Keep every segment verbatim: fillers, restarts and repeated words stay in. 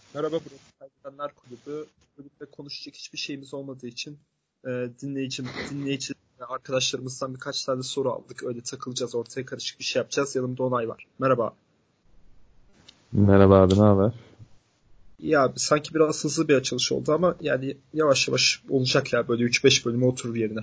Merhaba, burası Kaybedenler Kulübü. Kulüpte konuşacak hiçbir şeyimiz olmadığı için e, dinleyicim, dinleyici ve arkadaşlarımızdan birkaç tane soru aldık. Öyle takılacağız, ortaya karışık bir şey yapacağız. Yanımda Onay var. Merhaba. Merhaba abi, ne haber? Ya abi, sanki biraz hızlı bir açılış oldu ama yani yavaş yavaş olacak ya, böyle üç beş bölüme oturur yerine.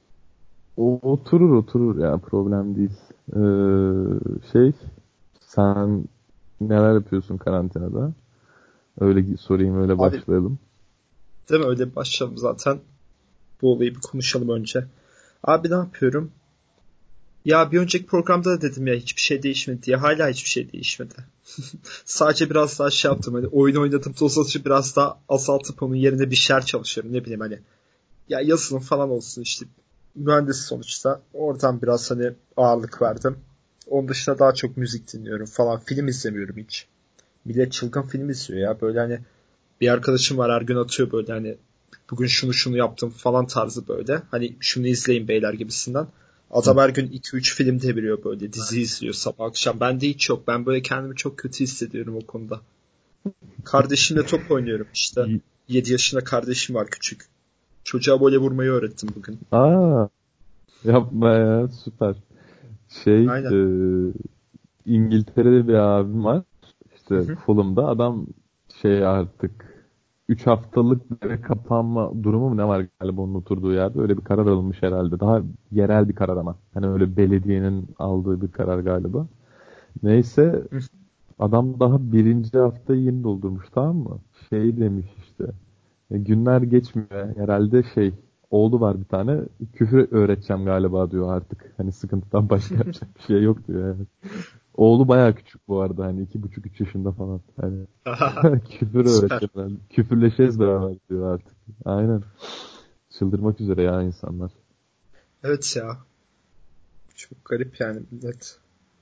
O oturur oturur ya, problem değil. Ee, şey, sen neler yapıyorsun karantinada? Öyle sorayım, öyle Abi, başlayalım. değil mi, öyle bir başlayalım zaten. Bu olayı bir konuşalım önce. Abi, ne yapıyorum? Ya bir önceki programda da dedim ya, hiçbir şey değişmedi diye. Hala hiçbir şey değişmedi. Sadece biraz daha şey yaptım, hani oyun oynadım, dosatajı biraz daha azaltıp onun yerine bir şeyler çalışıyorum, ne bileyim hani. Ya yazılım falan olsun işte, mühendis sonuçta. Oradan biraz hani ağırlık verdim. Onun dışında daha çok müzik dinliyorum falan. Film izlemiyorum hiç. Millet çılgın film izliyor ya. Böyle hani bir arkadaşım var, her gün atıyor böyle hani bugün şunu şunu yaptım falan tarzı böyle. Hani şunu izleyin beyler gibisinden. Hı. Adam her gün iki üç film deviriyor böyle. Dizi izliyor sabah akşam. Bende hiç yok. Ben böyle kendimi çok kötü hissediyorum o konuda. Kardeşimle top oynuyorum işte. İyi. Yedi yaşında kardeşim var, küçük. Çocuğa böyle vurmayı öğrettim bugün. Aa, yapma ya, süper. Şey, Aynen. e, İngiltere'de bir abim var. Hı İşte hı. Fulham'da adam şey artık üç haftalık bir kapanma durumu mu ne var galiba onun oturduğu yerde. Öyle bir karar alınmış herhalde. Daha yerel bir karar ama. Hani öyle belediyenin aldığı bir karar galiba. Neyse, Hı. adam daha birinci haftayı yeni doldurmuş, tamam mı? Şey demiş işte. "E, günler geçmiyor. Herhalde şey oğlu var bir tane. Küfür öğreteceğim galiba diyor artık. Hani sıkıntıdan başka yapacak bir şey yok diyor yani. Oğlu bayağı küçük bu arada. Hani iki buçuk üç yaşında falan. Hani küfür Süper. öğreteceğim ben. Küfürleşeceğiz beraber diyor artık. Aynen. Çıldırmak üzere ya insanlar. Evet ya. Çok garip yani millet.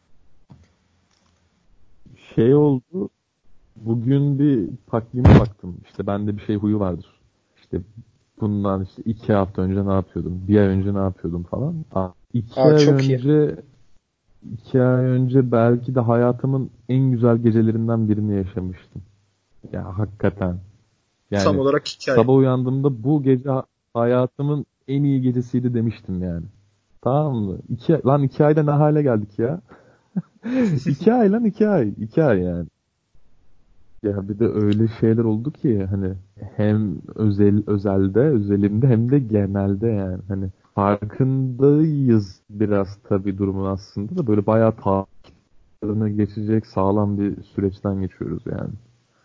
Şey oldu. Bugün bir takvime baktım. İşte bende bir şey huyu vardır. İşte bundan işte iki hafta önce ne yapıyordum? Bir ay önce ne yapıyordum falan. Aa, iki Aa, ay çok iyi. önce iki ay önce belki de hayatımın en güzel gecelerinden birini yaşamıştım. Ya hakikaten. Tam Yani olarak hikaye. sabah uyandığımda bu gece ha- hayatımın en iyi gecesiydi demiştim yani. Tamam mı? İki, lan iki ayda ne hale geldik ya? İki ay lan iki ay. İki ay yani. Ya bir de öyle şeyler oldu ki hani hem özel özelde özelimde hem de genelde yani hani farkındayız biraz tabii durumun aslında da böyle bayağı taarruna geçecek sağlam bir süreçten geçiyoruz yani.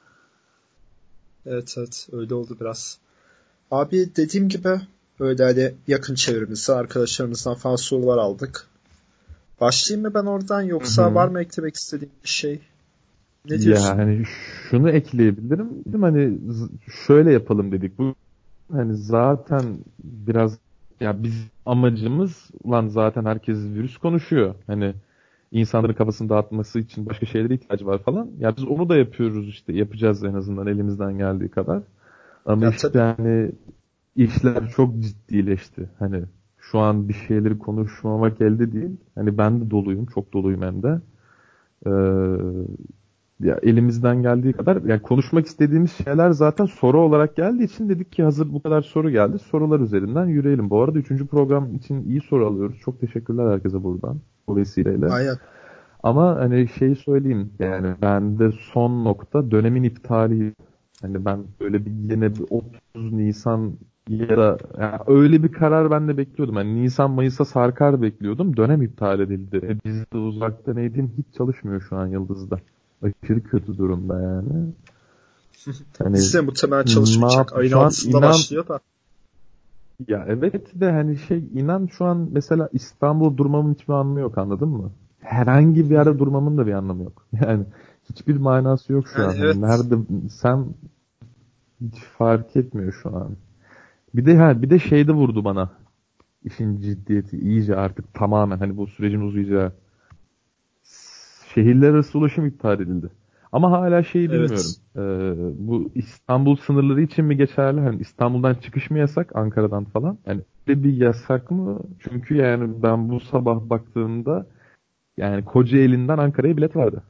Evet, evet, öyle oldu biraz. Abi, dediğim gibi öyle hani yakın çevremizde arkadaşlarımızdan falan sorular aldık. Başlayayım mı ben oradan, Hı yoksa var hı. mı eklemek istediğin bir şey? Ne Ya diyorsun? hani şunu ekleyebilirim. Dedim hani z- şöyle yapalım dedik. Bu hani zaten biraz ya biz amacımız lan zaten herkes virüs konuşuyor. Hani insanların kafasını dağıtması için başka şeylere ihtiyacı var falan. Ya biz onu da yapıyoruz işte. Yapacağız en azından elimizden geldiği kadar. Ama Ya işte tabii. hani işler çok ciddileşti. Hani şu an bir şeyleri konuşmamak elde değil. Hani ben de doluyum. Çok doluyum hem de. Ee, ya elimizden geldiği kadar yani konuşmak istediğimiz şeyler zaten soru olarak geldiği için dedik ki hazır bu kadar soru geldi. Sorular üzerinden yürüyelim. Bu arada üçüncü program için iyi soru alıyoruz. Çok teşekkürler herkese buradan bu vesileyle. Aynen. Ama hani şeyi söyleyeyim yani bende son nokta dönemin iptali. Hani ben böyle bir yine bir otuz Nisan ya da yani öyle bir karar ben de bekliyordum. Hani Nisan Mayıs'a sarkar bekliyordum. Dönem iptal edildi. E biz de uzaktan eğitim hiç çalışmıyor şu an Yıldız'da. Aşırı kötü durumda yani. Hani Bizde muhtemelen ne çalışmayacak. yap Ayın şu an altısında inan başlıyor da. ya evet de hani şey inan şu an mesela İstanbul durmamın hiçbir anlamı yok, anladın mı? Herhangi bir Hı hı. yerde durmamın da bir anlamı yok. Yani hiçbir manası yok şu Yani an. Hani evet. nerede sen hiç fark etmiyor şu an. Bir de ha bir de şey de vurdu bana. İşin ciddiyeti iyice artık tamamen hani bu sürecin uzayacağı. Şehirler arası ulaşım iptal edildi. Ama hala şeyi bilmiyorum. Evet. Ee, bu İstanbul sınırları için mi geçerli? Hani İstanbul'dan çıkış mı yasak? Ankara'dan falan. Yani öyle bir yasak mı? Çünkü yani ben bu sabah baktığımda yani Kocaeli'nden Ankara'ya bilet vardı.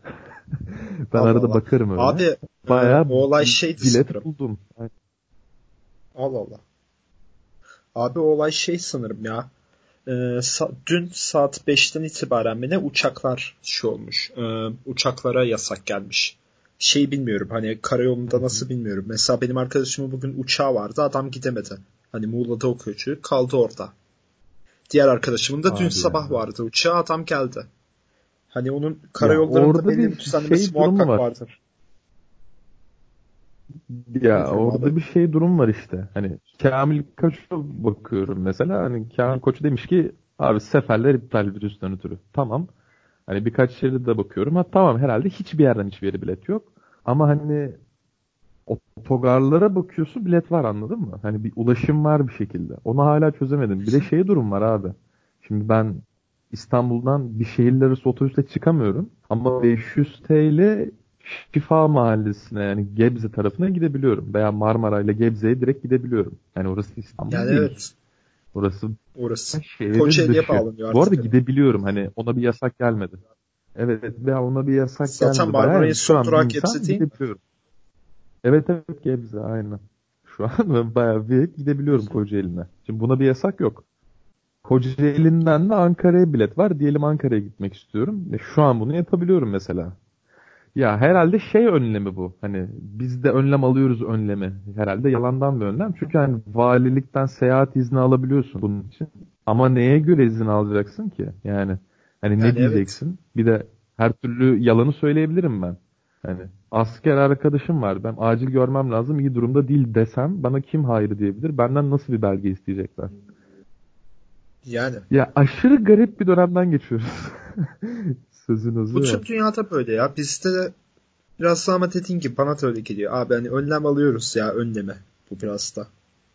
Ben Allah arada Allah. bakarım öyle. Abi e, Bayağı o olay şeydi bilet sanırım. buldum. Allah Allah. Abi o olay şey sanırım ya. Ee, sa- dün saat beşten itibaren mi ne uçaklar şey olmuş. Ee, uçaklara yasak gelmiş. Şey bilmiyorum hani Hı karayolunda hı. nasıl bilmiyorum. Mesela benim arkadaşımın bugün uçağı vardı adam gidemedi. Hani Muğla'da okuyor çocuk kaldı orada. Diğer arkadaşımın da dün Hadi ya. sabah vardı uçağı adam geldi. Hani onun Ya karayollarında orada belli bir bir düzenlemesi şey durumu muhakkak var. vardır. Ya Bilmiyorum abi. orada bir şey durum var işte. Hani Kamil Koç'a bakıyorum mesela. Hani Kamil Koç demiş ki abi seferler iptal virüsten ötürü. Tamam. Hani birkaç şehirde de bakıyorum. Ha tamam herhalde hiçbir yerden hiçbir yere bilet yok. Ama hani otogarlara bakıyorsun bilet var anladın mı? Hani bir ulaşım var bir şekilde. Onu hala çözemedim. Bir de şey durum var abi. Şimdi ben İstanbul'dan bir şehirler arası otobüsle çıkamıyorum. Ama beş yüz T L Şifa Mahallesi'ne yani Gebze tarafına gidebiliyorum. Veya Marmara ile Gebze'ye direkt gidebiliyorum. Yani orası Yani İstanbul değil. evet Orası orası. şehrin Kocaeli'ye dışı. bağlanıyor Bu arada artık. gidebiliyorum. Hani ona bir yasak gelmedi. Evet, evet. Veya ona bir yasak Zaten gelmedi. Bayağı Marmaray'ın yani şu son an bir durağı Gebze insan değil mi? gidebiliyorum. Evet, evet, Gebze aynen. Şu an ben bayağı bir gidebiliyorum Kocaeli'ne. Şimdi buna bir yasak yok. Kocaeli'nden de Ankara'ya bilet var. Diyelim Ankara'ya gitmek istiyorum. E, şu an bunu yapabiliyorum mesela. Ya herhalde şey önlemi bu. Hani biz de önlem alıyoruz önlemi. Herhalde yalandan bir önlem. Çünkü hani valilikten seyahat izni alabiliyorsun bunun için. Ama neye göre izin alacaksın ki? Yani hani ne Yani evet. diyeceksin? Bir de her türlü yalanı söyleyebilirim ben. Hani asker arkadaşım var. Ben acil görmem lazım. İyi durumda değil desem bana kim hayır diyebilir? Benden nasıl bir belge isteyecekler? Yani. Ya aşırı garip bir dönemden geçiyoruz. Sözün özü Bu o. tüm dünyada böyle ya. Bizde de biraz daha ama dediğin gibi bana da öyle geliyor. Abi hani önlem alıyoruz ya önleme. Bu biraz da.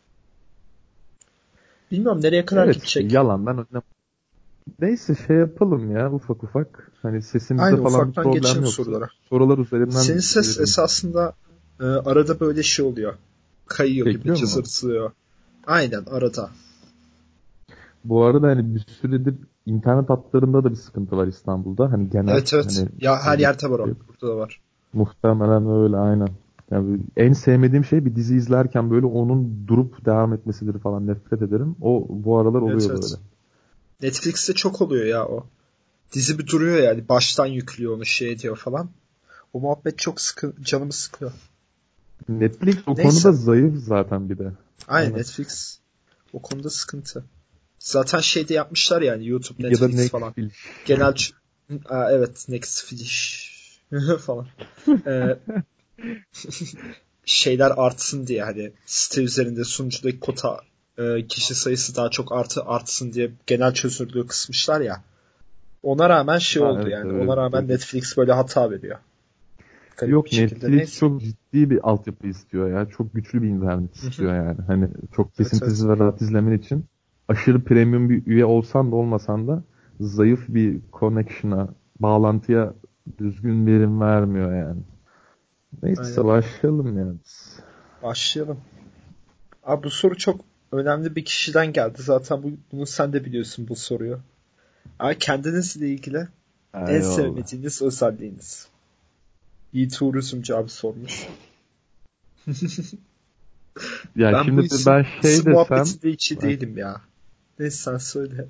Bilmiyorum nereye kadar Evet işte gidecek. yalandan önlem. Neyse şey yapalım ya ufak ufak. Hani sesimizde Aynı falan bir ufaktan problem geçelim yoksa sorulara. sorular üzerinden Senin ses gidelim. esasında e, arada böyle şey oluyor. Kayıyor gibi Çekiyor mu? cızırtılıyor. Aynen arada. Bu arada hani bir süredir internet hatlarında da bir sıkıntı var İstanbul'da. Hani genel Evet evet. hani Ya her öyle yerde var o. şey yok. Burada da var. Muhtemelen öyle aynen. Yani en sevmediğim şey bir dizi izlerken böyle onun durup devam etmesidir falan nefret ederim. O bu aralar Evet oluyor böyle. evet. Netflix'te çok oluyor ya o. Dizi bir duruyor yani. Baştan yüklüyor onu şey ediyor falan. O muhabbet çok sıkı, canımı sıkıyor. Netflix o konuda Neyse. zayıf zaten bir de. Aynen Aynen. Netflix o konuda sıkıntı. Zaten şeyde yapmışlar yani YouTube, Ya da Netflix falan. Netflix. Genel ç- Aa, evet Netflix falan. Ee, şeyler artsın diye hani site üzerinde sunucudaki kota e, kişi sayısı daha çok artı artsın diye genel çözünürlüğü kısmışlar ya. Ona rağmen şey Ha oldu evet yani. öyle Ona bir rağmen şey. Netflix böyle hata veriyor. Garip bir Yok şekilde. Netflix Neyse. çok ciddi bir altyapı istiyor ya. Çok güçlü bir internet Hı hı. istiyor yani. Hani çok Evet kesintisiz evet. ve rahat izlemen için aşırı premium bir üye olsan da olmasan da zayıf bir connection'a, bağlantıya düzgün verim vermiyor yani. Aynen. Neyse başlayalım yani. Başlayalım. Abi bu soru çok önemli bir kişiden geldi. Zaten bu, bunu sen de biliyorsun bu soruyu. Abi kendinizle ilgili en Eyvallah. sevmediğiniz özelliğiniz. İyi turizmci abi sormuş. Ya Ben bu şimdi isim, ben şey isim desem muhabbetinde içi bak, değilim ya. Neyse sen söyle.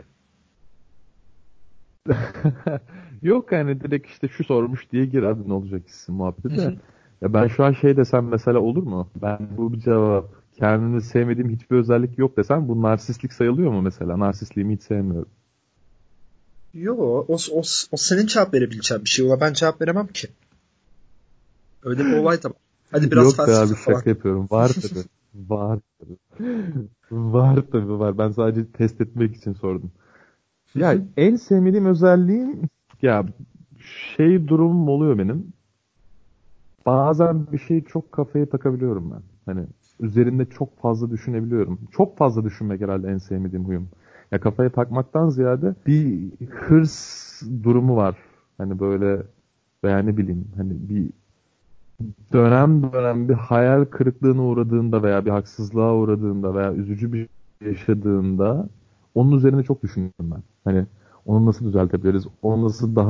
yok yani direkt işte şu sormuş diye gir abi ne olacak isim muhabbeti de. Ya ben şu an şey desem mesela olur mu? Ben bu bir cevap. Kendimi sevmediğim hiçbir özellik yok desem bu narsistlik sayılıyor mu mesela? Narsistliğimi hiç sevmiyorum. Yo, o, o, o senin cevap verebileceğin bir şey. Ona ben cevap veremem ki. Öyle bir olay da var. Hadi biraz Yok be abi felsefe falan. şaka yapıyorum. Var tabii. Var tabii. Var tabii var. Ben sadece test etmek için sordum. Ya en sevmediğim özelliğim ya şey durumum oluyor benim. Bazen bir şeyi çok kafaya takabiliyorum ben. Hani üzerinde çok fazla düşünebiliyorum. Çok fazla düşünmek herhalde en sevmediğim huyum. Ya kafaya takmaktan ziyade bir hırs durumu var. Hani böyle veya ne bileyim hani bir dönem dönem bir hayal kırıklığına uğradığında veya bir haksızlığa uğradığında veya üzücü bir şey yaşadığında onun üzerine çok düşünüyorum ben. Hani onu nasıl düzeltebiliriz? Onu nasıl daha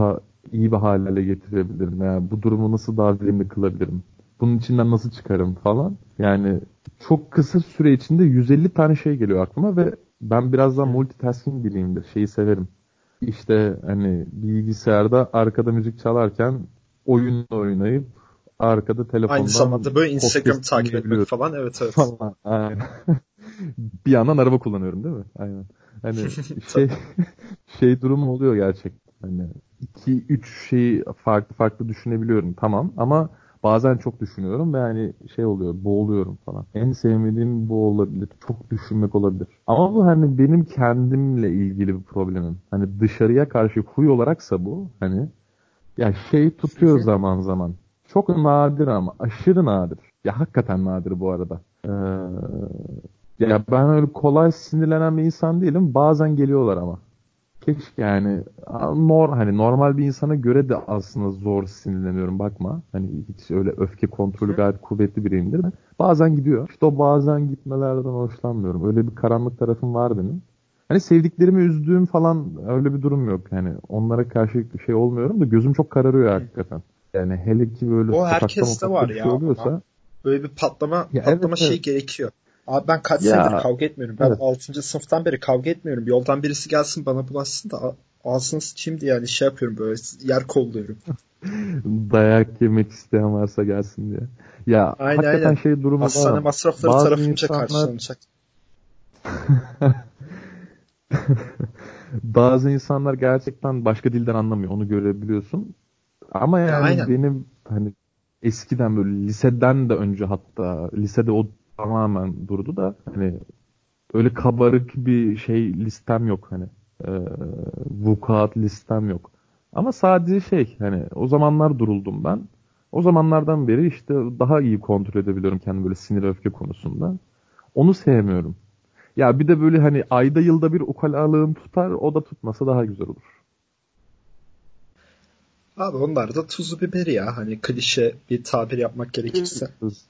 iyi bir hale getirebilirim? Yani bu durumu nasıl daha verimli kılabilirim? Bunun içinden nasıl çıkarım falan. Yani çok kısa süre içinde yüz elli tane şey geliyor aklıma ve ben biraz daha multitasking biriyimdir. Şeyi severim. İşte hani bilgisayarda arkada müzik çalarken oyun oynayıp arkada Aynı telefondan zamanda böyle Instagram'ı podcast takip etmek dinleyebiliyorum falan. Evet, evet. falan. Aynen. Bir yandan araba kullanıyorum değil mi? Aynen. Hani şey Tabii. şey durumu oluyor gerçekten. Hani iki üç şeyi farklı farklı düşünebiliyorum. Tamam ama bazen çok düşünüyorum ve hani şey oluyor, boğuluyorum falan. En sevmediğim bu olabilir. Çok düşünmek olabilir. Ama bu hani benim kendimle ilgili bir problemim. Hani dışarıya karşı huy olaraksa bu hani ya şey tutuyor zaman zaman. Çok nadir ama aşırı nadir. Ya hakikaten nadir bu arada. Ee, ya ben öyle kolay sinirlenen bir insan değilim. Bazen geliyorlar ama. Keşke yani nor hani normal bir insana göre de aslında zor sinirleniyorum bakma. Hani hiç öyle öfke kontrolü gayet kuvvetli biriyimdir de. Bazen gidiyor. İşte o bazen gitmelerden hoşlanmıyorum. Öyle bir karanlık tarafım var benim. Hani sevdiklerimi üzdüğüm falan öyle bir durum yok. Yani onlara karşı şey olmuyorum da gözüm çok kararıyor hakikaten. Yani hele ki böyle O sokakta herkeste var mokakta bir şey ya ama. oluyorsa Böyle bir patlama ya evet patlama evet şey gerekiyor. Abi ben kaç senedir ya kavga etmiyorum. Ben evet. altıncı sınıftan beri kavga etmiyorum. Yoldan birisi gelsin bana bulaşsın da a- ağzını sıçayım diye yani şey yapıyorum, böyle yer kolluyorum. Dayak yemek isteyen varsa gelsin diye. Ya Aynen, hakikaten aynen. şey durumu var Hastane ama masrafları bazı tarafınca insanlar karşılanacak. bazı insanlar gerçekten başka dilden anlamıyor. Onu görebiliyorsun. Ama Ya yani aynen. benim hani eskiden böyle liseden de önce hatta lisede o tamamen durdu da hani öyle kabarık bir şey listem yok hani. Ee, vukuat listem yok. Ama sadece şey hani o zamanlar duruldum ben. O zamanlardan beri işte daha iyi kontrol edebiliyorum kendimi böyle sinir öfke konusunda. Onu sevmiyorum. Ya bir de böyle hani ayda yılda bir ukalalığım tutar, o da tutmasa daha güzel olur. Abi onlar da tuzu biberi ya. Hani klişe bir tabir yapmak gerekirse.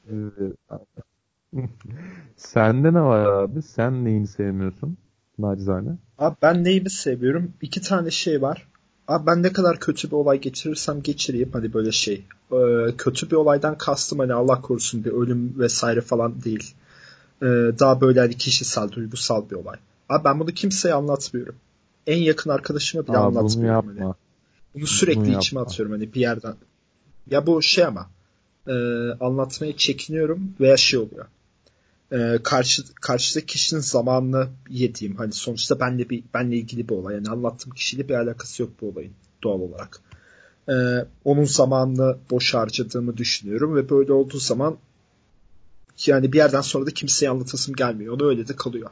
Sende ne var abi? Sen neyini sevmiyorsun? Nacizane. Abi ben neyimi seviyorum? İki tane şey var. Abi ben ne kadar kötü bir olay geçirirsem geçireyim, hani böyle şey. Ee, kötü bir olaydan kastım hani Allah korusun bir ölüm vesaire falan değil. Ee, daha böyle hani kişisel, duygusal bir olay. Abi ben bunu kimseye anlatmıyorum. En yakın arkadaşıma bile Aa bunu anlatmıyorum hani. yapma. Bunu Bunu sürekli içime yapma. atıyorum hani bir yerden. Ya bu şey ama e, anlatmaya çekiniyorum veya şey oluyor. E, karşı karşıdaki kişinin zamanını yediğim, hani sonuçta benle bir benle ilgili bir olay. Yani anlattığım kişiyle bir alakası yok bu olayın doğal olarak. E, onun zamanını boş harcadığımı düşünüyorum ve böyle olduğu zaman yani bir yerden sonra da kimseye anlatasım gelmiyor. Onu öyle de kalıyor.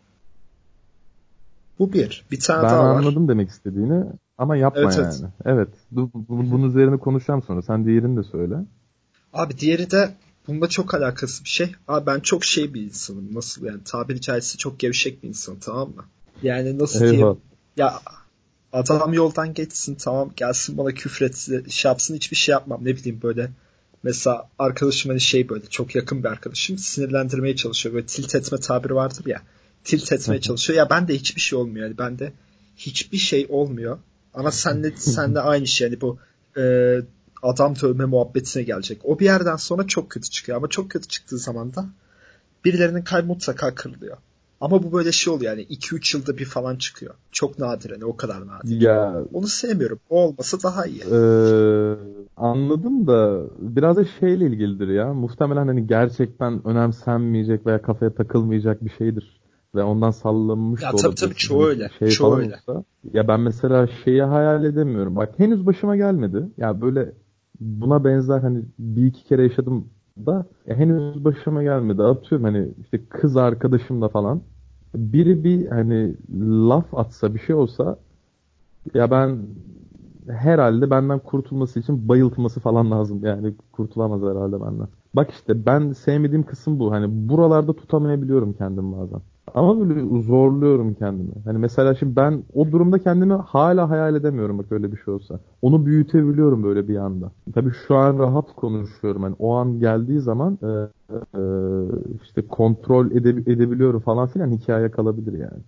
Bu bir. Bir tane Ben daha var. anladım demek istediğini ama yapma Evet, evet. yani. Evet. Bu, bu- bunun üzerine konuşacağım sonra. Sen diğerini de söyle. Abi diğeri de bununla çok alakası bir şey. Abi ben çok şey bir insanım. Nasıl yani, tabiri caizse çok gevşek bir insanım, tamam mı? Yani nasıl diyeyim? Eyvallah. Ya adam yoldan geçsin, tamam, gelsin bana küfretsin, şey yapsın, hiçbir şey yapmam. Ne bileyim böyle. Mesela arkadaşım hani şey, böyle çok yakın bir arkadaşım, sinirlendirmeye çalışıyor. Böyle tilt etme tabiri vardır ya. Tilt etmeye çalışıyor. Ya bende hiçbir şey olmuyor yani. Bende hiçbir şey olmuyor. Ama senle, senle aynı şey. Yani bu e, adam dövme muhabbetine gelecek. O bir yerden sonra çok kötü çıkıyor. Ama çok kötü çıktığı zaman da birilerinin kalbi mutlaka kırılıyor. Ama bu böyle şey oluyor yani, iki üç yılda bir falan çıkıyor. Çok nadir, hani o kadar nadir. Ya Onu sevmiyorum. O olmasa daha iyi. Ee, anladım da biraz da şeyle ilgilidir ya. Muhtemelen hani gerçekten önemsenmeyecek veya kafaya takılmayacak bir şeydir. Ve ondan sallanmış Ya da tabii tabii, olabilirsin. çoğu Hani öyle. şey Çoğu falan öyle. olsa. Ya ben mesela şeyi hayal edemiyorum. Bak henüz başıma gelmedi. Ya böyle buna benzer hani bir iki kere yaşadım da ya henüz başıma gelmedi. Atıyorum hani işte kız arkadaşımla falan. Biri bir hani laf atsa bir şey olsa ya ben herhalde benden kurtulması için bayıltması falan lazım. Yani kurtulamaz herhalde benden. Bak işte ben sevmediğim kısım bu. Hani buralarda tutamayabiliyorum kendimi bazen. Ama böyle zorluyorum kendimi. Hani mesela şimdi ben o durumda kendimi hala hayal edemiyorum bak öyle bir şey olsa. Onu büyütebiliyorum böyle bir anda. Tabii şu an rahat konuşuyorum. Hani o an geldiği zaman e, e, işte kontrol ede- edebiliyorum falan filan hikaye kalabilir yani.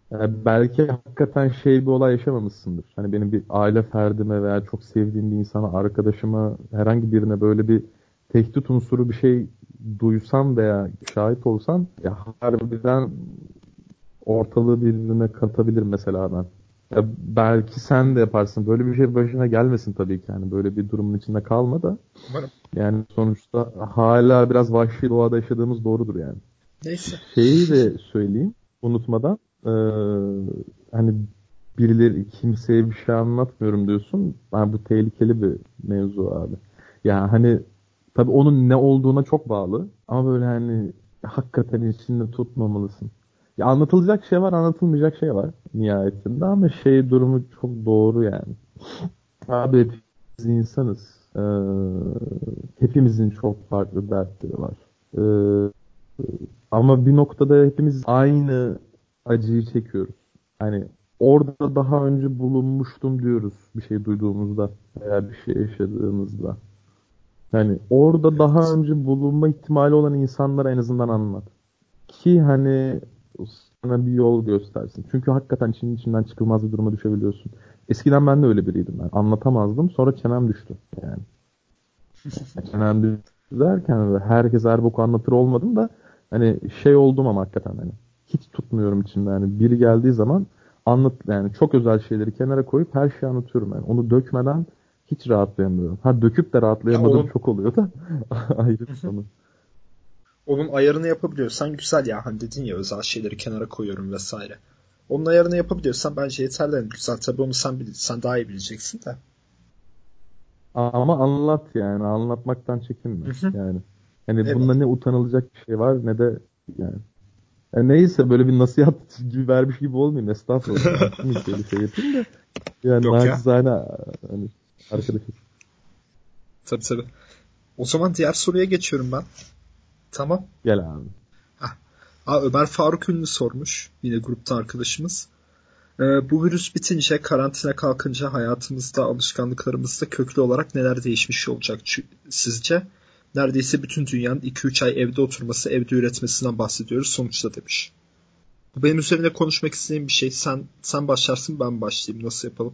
Yani belki hakikaten şey bir olay yaşamamışsındır. Hani benim bir aile ferdime veya çok sevdiğim bir insana, arkadaşıma, herhangi birine böyle bir tehdit unsuru bir şey duysam veya şahit olsam ya harbiden ortalığı birbirine katabilir mesela ben. Ya belki sen de yaparsın. Böyle bir şey başına gelmesin tabii ki. Yani böyle bir durumun içinde kalma da. Umarım. Yani sonuçta hala biraz vahşi doğada yaşadığımız doğrudur yani. Neyse. Şeyi de söyleyeyim unutmadan. Ee, hani birileri kimseye bir şey anlatmıyorum diyorsun. Ha, bu tehlikeli bir mevzu abi. Ya hani tabii onun ne olduğuna çok bağlı. Ama böyle hani hakikaten içinde tutmamalısın. Ya anlatılacak şey var, anlatılmayacak şey var nihayetinde ama şey durumu çok doğru yani. Abi hepimiz insanız. Ee, hepimizin çok farklı dertleri var. Ee, ama bir noktada hepimiz aynı acıyı çekiyoruz. Hani orada daha önce bulunmuştum diyoruz bir şey duyduğumuzda veya bir şey yaşadığımızda. Hani orada daha Evet. önce bulunma ihtimali olan insanlara en azından anlat. Ki hani sana bir yol göstersin. Çünkü hakikaten içinin içinden çıkılmaz bir duruma düşebiliyorsun. Eskiden ben de öyle biriydim ben. Anlatamazdım. Sonra çenem düştü. Yani çenem düştü derken herkes her boku anlatır olmadım da hani şey oldum ama hakikaten hani hiç tutmuyorum içimde. Yani biri geldiği zaman anlat yani çok özel şeyleri kenara koyup her şeyi anlatıyorum yani. Onu dökmeden hiç rahatlayamıyorum. Ha döküp de Ya rahatlayamadığım onun çok oluyor da ayrı bir konu. onun ayarını yapabiliyorsan güzel ya. Hani dedin ya özel şeyleri kenara koyuyorum vesaire. Onun ayarını yapabiliyorsan bence yeterli. Yani güzel. Tabii onu sen bil, sen daha iyi bileceksin de. Ama anlat yani. Anlatmaktan çekinme. Hı hı. Yani. Hani bunda Eyvallah. ne utanılacak bir şey var ne de yani. E neyse böyle bir nasihat gibi vermiş gibi olmayayım. Estağfurullah. Hakkım hiç öyle şey yapayım da. Yani Yok ya. nacizane hani arkadaşız. Tabii tabii. O zaman diğer soruya geçiyorum ben. Tamam. Gel abi. Heh. Aa, Ömer Faruk Ünlü sormuş. Yine grupta arkadaşımız. Ee, bu virüs bitince, karantina kalkınca hayatımızda, alışkanlıklarımızda köklü olarak neler değişmiş olacak sizce? Neredeyse bütün dünyanın iki üç ay evde oturması, evde üretmesinden bahsediyoruz sonuçta demiş. Bu benim üzerine konuşmak istediğim bir şey. Sen sen başlarsın, ben başlayayım. Nasıl yapalım?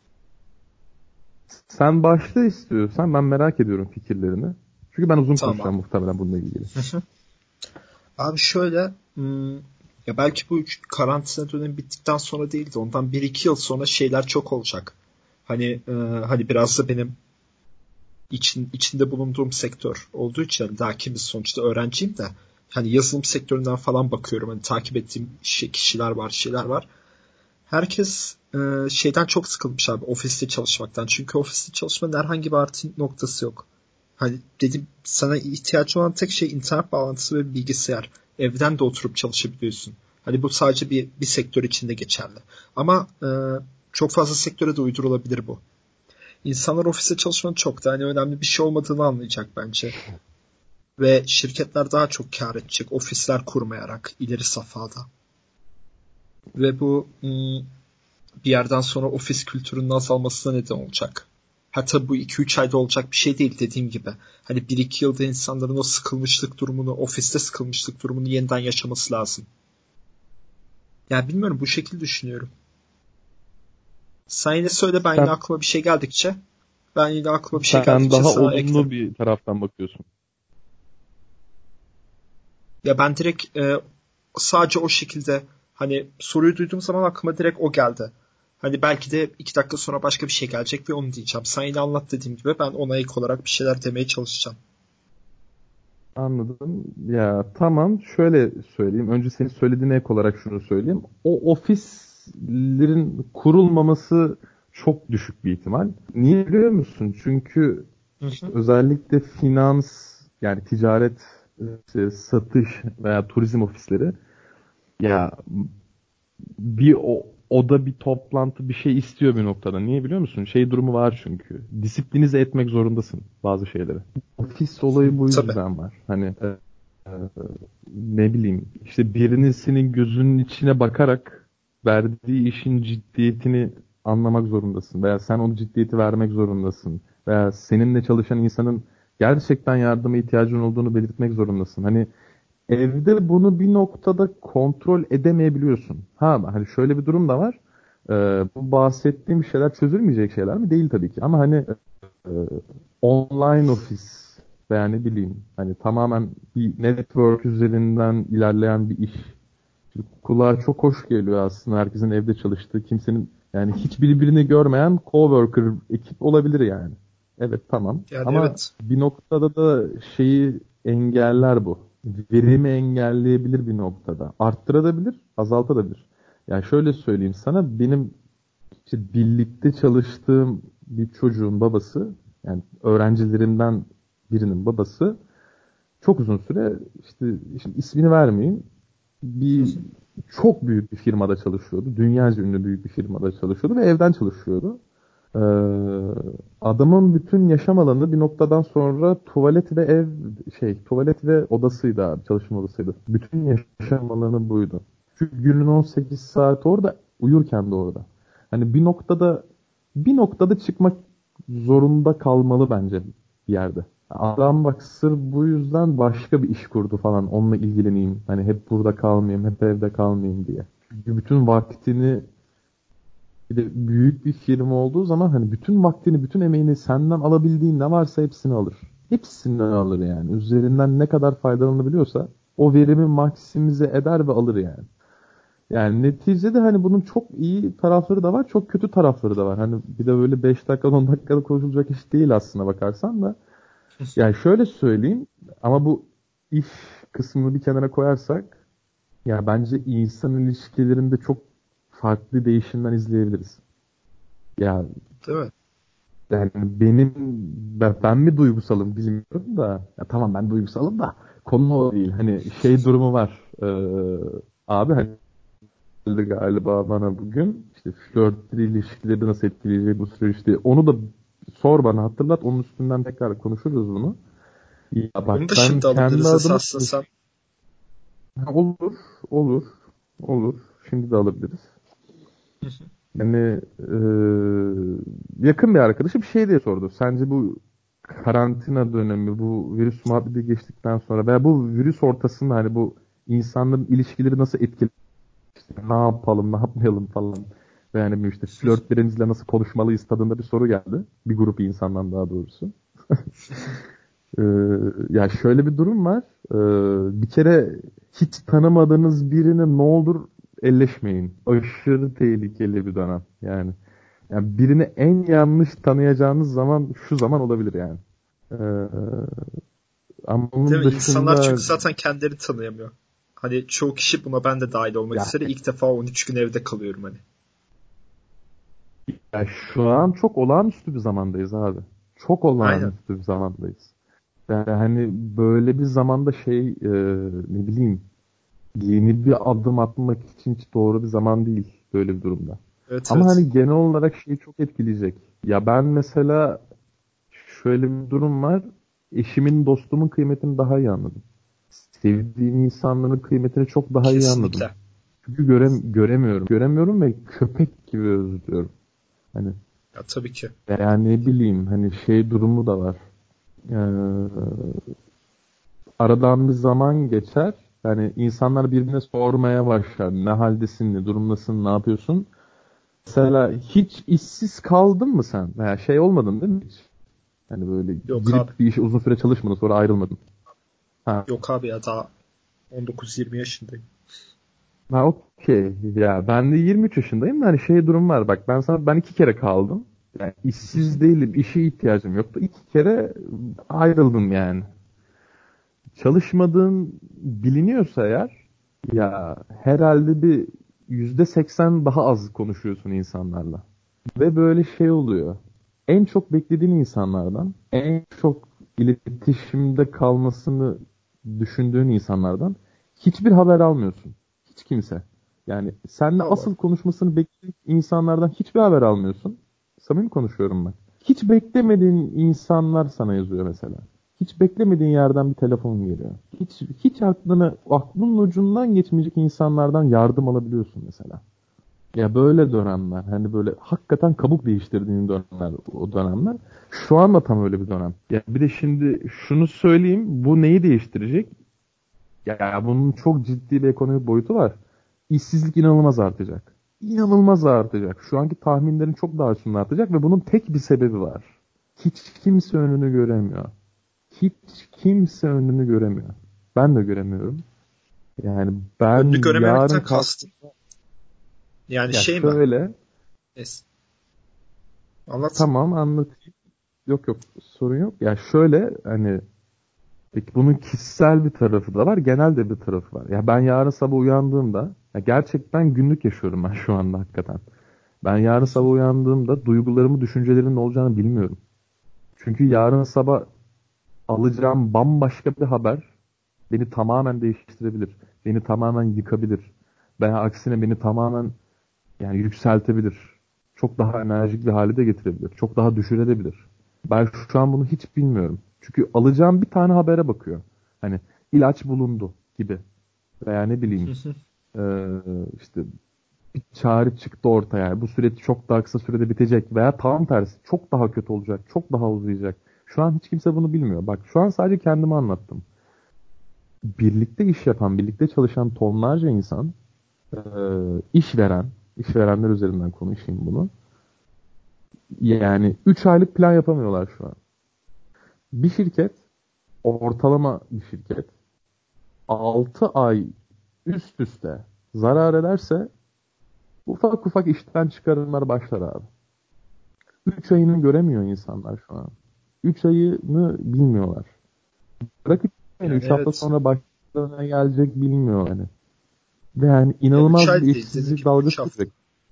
Sen başla istiyorsan ben merak ediyorum fikirlerini. Çünkü ben uzun Tamam konuşacağım abi. muhtemelen bununla ilgili. Abi şöyle, hmm, ya belki bu karantina dönemi bittikten sonra değil de ondan bir iki yıl sonra şeyler çok olacak. Hani e, hani biraz da benim için, içinde bulunduğum sektör olduğu için hani daha kimisi sonuçta öğrenciyim de hani yazılım sektöründen falan bakıyorum. Hani takip ettiğim şey, kişiler var, şeyler var. Herkes e, şeyden çok sıkılmış abi ofiste çalışmaktan. Çünkü ofiste çalışmanın herhangi bir artı noktası yok. Hani dedim sana ihtiyacın olan tek şey internet bağlantısı ve bilgisayar. Evden de oturup çalışabiliyorsun. Hani bu sadece bir, bir sektör içinde geçerli. Ama e, çok fazla sektöre de uydurulabilir bu. İnsanlar ofiste çalışmanın çok da hani önemli bir şey olmadığını anlayacak bence. Ve şirketler daha çok kar edecek ofisler kurmayarak ileri safhada. Ve bu ım, bir yerden sonra ofis kültürünün azalmasına neden olacak. Hatta bu iki üç ayda olacak bir şey değil dediğim gibi. Hani bir iki yılda insanların o sıkılmışlık durumunu, ofiste sıkılmışlık durumunu yeniden yaşaması lazım. Yani bilmiyorum bu şekilde düşünüyorum. Sen yine söyle ben yine Sen, aklıma bir şey geldikçe ben yine aklıma bir şey sen geldikçe daha sana eklerim. olumlu bir taraftan bakıyorsun. Ya ben direkt e, sadece o şekilde hani soruyu duyduğum zaman aklıma direkt o geldi. Hani belki de iki dakika sonra başka bir şey gelecek ve onu diyeceğim. Sen yine anlat dediğim gibi ben ona ek olarak bir şeyler demeye çalışacağım. Anladım. Ya tamam şöyle söyleyeyim. Önce senin söylediğine ek olarak şunu söyleyeyim. O ofislerin kurulmaması çok düşük bir ihtimal. Niye biliyor musun? Çünkü Hı hı. özellikle finans yani ticaret, işte satış veya turizm ofisleri ya bir o, oda bir toplantı bir şey istiyor bir noktada. Niye biliyor musun? Şey durumu var çünkü. Disiplinize etmek zorundasın bazı şeyleri. Ofis olayı bu Tabii. yüzden var. Hani e, e, ne bileyim işte birinin senin gözünün içine bakarak verdiği işin ciddiyetini anlamak zorundasın. Veya sen o ciddiyeti vermek zorundasın. Veya seninle çalışan insanın gerçekten yardıma ihtiyacın olduğunu belirtmek zorundasın. Hani evde bunu bir noktada kontrol edemeyebiliyorsun. Ha hani şöyle bir durum da var. Ee, bu bahsettiğim şeyler çözülmeyecek şeyler mi? Değil tabii ki. Ama hani e, online ofis veya ne bileyim hani tamamen bir network üzerinden ilerleyen bir iş. Şimdi kulağa çok hoş geliyor aslında herkesin evde çalıştığı, kimsenin yani hiç birbirini görmeyen coworker ekip olabilir yani. Evet tamam. Yani Ama evet. bir noktada da şeyi engeller bu. Verimi engelleyebilir bir noktada. Arttırabilir, azaltabilir. Yani şöyle söyleyeyim sana, benim işte birlikte çalıştığım bir çocuğun babası, yani öğrencilerimden birinin babası çok uzun süre işte, şimdi ismini vermeyeyim, bir çok büyük bir firmada çalışıyordu. Dünyaca ünlü büyük bir firmada çalışıyordu ve evden çalışıyordu. Ee, adamın bütün yaşam alanı bir noktadan sonra tuvalet ve ev şey tuvalet ve odasıydı abi, çalışma odasıydı. Bütün yaşam alanı buydu. Çünkü günün on sekiz saati orada, uyurken de orada. Hani bir noktada bir noktada çıkmak zorunda kalmalı bence bir yerde. Adam bak sırf bu yüzden başka bir iş kurdu falan. Onunla ilgileneyim. Hani hep burada kalmayayım, hep evde kalmayayım diye. Çünkü bütün vaktini, bir de büyük bir firma olduğu zaman hani bütün vaktini, bütün emeğini senden alabildiğin ne varsa hepsini alır. Hepsinden alır yani. Üzerinden ne kadar faydalanabiliyorsa o verimi maksimize eder ve alır yani. Yani neticede hani bunun çok iyi tarafları da var, çok kötü tarafları da var. Hani bir de böyle beş dakika on dakikada konuşulacak iş değil aslına bakarsan da. Yani şöyle söyleyeyim, ama bu iş kısmını bir kenara koyarsak ya bence insan ilişkilerinde çok farklı değişimler izleyebiliriz. Ya Değil mi? yani benim ben, ben mi duygusalım bilmiyorum da, ya tamam ben duygusalım da konu o değil. Hani şey durumu var. Ee, abi hani geldi galiba bana bugün işte flört ilişkileri nasıl etkileyecek bu süreçte, onu da sor bana, hatırlat, onun üstünden tekrar konuşuruz bunu. Ya bak Onu da ben şimdi kendi alabiliriz adıma esasında konuş. sen. Ha, olur, olur, olur. Şimdi de alabiliriz. Yani eee, yakın bir arkadaşım şey diye sordu. Sence bu karantina dönemi, bu virüs muhabbeti geçtikten sonra veya bu virüs ortasında hani bu insanların ilişkileri nasıl etkiledi? Ne yapalım, ne yapmayalım falan. Ve yani işte flörtlerimizle nasıl konuşmalıyız tadında bir soru geldi. Bir grup insandan daha doğrusu. Ee, ya şöyle bir durum var. Ee, bir kere hiç tanımadığınız birine ne olur elleşmeyin. Aşırı tehlikeli bir dönem. Yani, yani birini en yanlış tanıyacağınız zaman şu zaman olabilir yani. Ee, ama Değil onun mi? İnsanlar dışında çünkü zaten kendilerini tanıyamıyor. Hani çoğu kişi, buna ben de dahil olmak ya, üzere, ilk defa on üç gün evde kalıyorum hani. ya şu an çok olağanüstü bir zamandayız abi. Çok Aynen. olağanüstü bir zamandayız. Yani hani böyle bir zamanda şey e, ne bileyim, yeni bir adım atmak için hiç doğru bir zaman değil böyle bir durumda. Evet, Ama evet. hani genel olarak şeyi çok etkileyecek. Ya ben mesela şöyle bir durum var. Eşimin, dostumun kıymetini daha iyi anladım. Sevdiğim insanların kıymetini çok daha iyi anladım. Kesinlikle. Çünkü görem göremiyorum. Göremiyorum ve köpek gibi özlüyorum. Hani Ya tabii ki. veya ne bileyim hani şey durumu da var. Ee, aradan bir zaman geçer. Yani insanlar birbirine sormaya başlar. Ne haldesin, ne durumdasın, ne yapıyorsun? Mesela hiç işsiz kaldın mı sen? Veya şey olmadın değil mi hiç? Hani böyle Yok abi. girip bir işe uzun süre çalışmadın sonra ayrılmadın. Ha, Yok abi ya, daha on dokuz yirmi yaşındayım. ha okey. Ya ben de yirmi üç yaşındayım da hani şey durum var. Bak ben sana ben iki kere kaldım. Yani işsiz değilim, işe ihtiyacım yoktu. İki kere ayrıldım yani. Çalışmadığın biliniyorsa eğer, ya herhalde bir yüzde seksen daha az konuşuyorsun insanlarla. Ve böyle şey oluyor. En çok beklediğin insanlardan, en çok iletişimde kalmasını düşündüğün insanlardan hiçbir haber almıyorsun. Hiç kimse. Yani seninle Allah. asıl konuşmasını beklediğin insanlardan hiçbir haber almıyorsun. Samimi konuşuyorum ben. Hiç beklemediğin insanlar sana yazıyor mesela. Hiç beklemediğin yerden bir telefon geliyor. Hiç hiç aklına aklının ucundan geçmeyecek insanlardan yardım alabiliyorsun mesela. Ya böyle dönemler, hani böyle hakikaten kabuk değiştirdiğin dönemler, o dönemler. Şu anda tam öyle bir dönem. Ya bir de şimdi şunu söyleyeyim, bu neyi değiştirecek? Ya bunun çok ciddi bir ekonomik boyutu var. İşsizlik inanılmaz artacak. İnanılmaz artacak. Şu anki tahminlerin çok daha üstünde artacak ve bunun tek bir sebebi var. Hiç kimse önünü göremiyor. Hiç kimse önünü göremiyor. Ben de göremiyorum. Yani Önünü ben yarın görememekten kalk... kastım. Yani Ya şey mi? şöyle, Es. Anlat. tamam anlatayım. Yok yok, sorun yok. Ya şöyle, hani peki bunun kişisel bir tarafı da var, genel de bir tarafı var. Ya ben yarın sabah uyandığımda, ya gerçekten günlük yaşıyorum ben şu anda hakikaten. Ben yarın sabah uyandığımda duygularımı, düşüncelerimin ne olacağını bilmiyorum. Çünkü yarın sabah alacağım bambaşka bir haber beni tamamen değiştirebilir. Beni tamamen yıkabilir. Veya aksine beni tamamen yani yükseltebilir. Çok daha enerjik bir hale de getirebilir. Çok daha düşürebilir. Ben şu an bunu hiç bilmiyorum. Çünkü alacağım bir tane habere bakıyor. Hani ilaç bulundu gibi. Veya ne bileyim eee, işte bir çare çıktı ortaya. Yani bu süreç çok daha kısa sürede bitecek. Veya tam tersi çok daha kötü olacak. Çok daha uzayacak. Şu an hiç kimse bunu bilmiyor. Bak şu an sadece kendime anlattım. Birlikte iş yapan, birlikte çalışan tonlarca insan, eee işveren, işverenler üzerinden konuşayım bunu. Yani üç aylık plan yapamıyorlar şu an. Bir şirket, ortalama bir şirket altı ay üst üste zarar ederse ufak ufak işten çıkarımlar başlar abi. üç ayını göremiyor insanlar şu an. üç ayını bilmiyorlar. Bırakın yani Yani üç hafta evet. sonra başlarına gelecek bilmiyor yani. Ve yani Ya üç inanılmaz bir ay değil. Dediğim işsizlik gibi dalgası üç hafta. sürecek.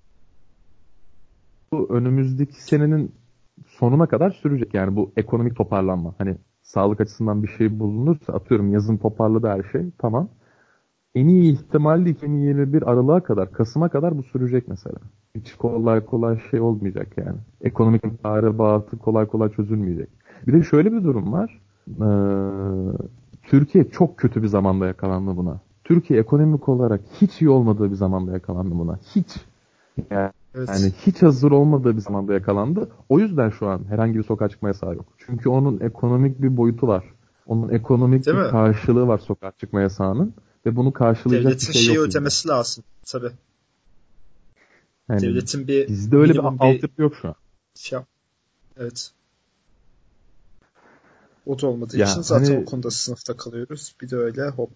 Bu önümüzdeki senenin sonuna kadar sürecek yani bu ekonomik toparlanma. Hani sağlık açısından bir şey bulunursa, atıyorum yazın toparladı her şey, tamam. En iyi ihtimalle iki bin yirmi bir Aralık'a kadar, Kasım'a kadar bu sürecek mesela. Hiç kolay kolay şey olmayacak yani. Ekonomik tahribatı kolay kolay çözülmeyecek. Bir de şöyle bir durum var. Ee, Türkiye çok kötü bir zamanda yakalandı buna. Türkiye ekonomik olarak hiç iyi olmadığı bir zamanda yakalandı buna. Hiç. Yani yani Evet. hiç hazır olmadığı bir zamanda yakalandı. O yüzden şu an herhangi bir sokağa çıkma yasağı yok. Çünkü onun ekonomik bir boyutu var. Onun ekonomik Değil bir mi? karşılığı var sokağa çıkma yasağının. Ve bunu karşılayacak bir Devletin şey şeyi yok bizde. ödemesi lazım. Tabii. Yani Devletin bir bizde öyle bir minimum bir altyapı yok şu an. şey yap. Evet. O da olmadığı için Ya zaten o hani konuda sınıfta kalıyoruz. Bir de öyle hop.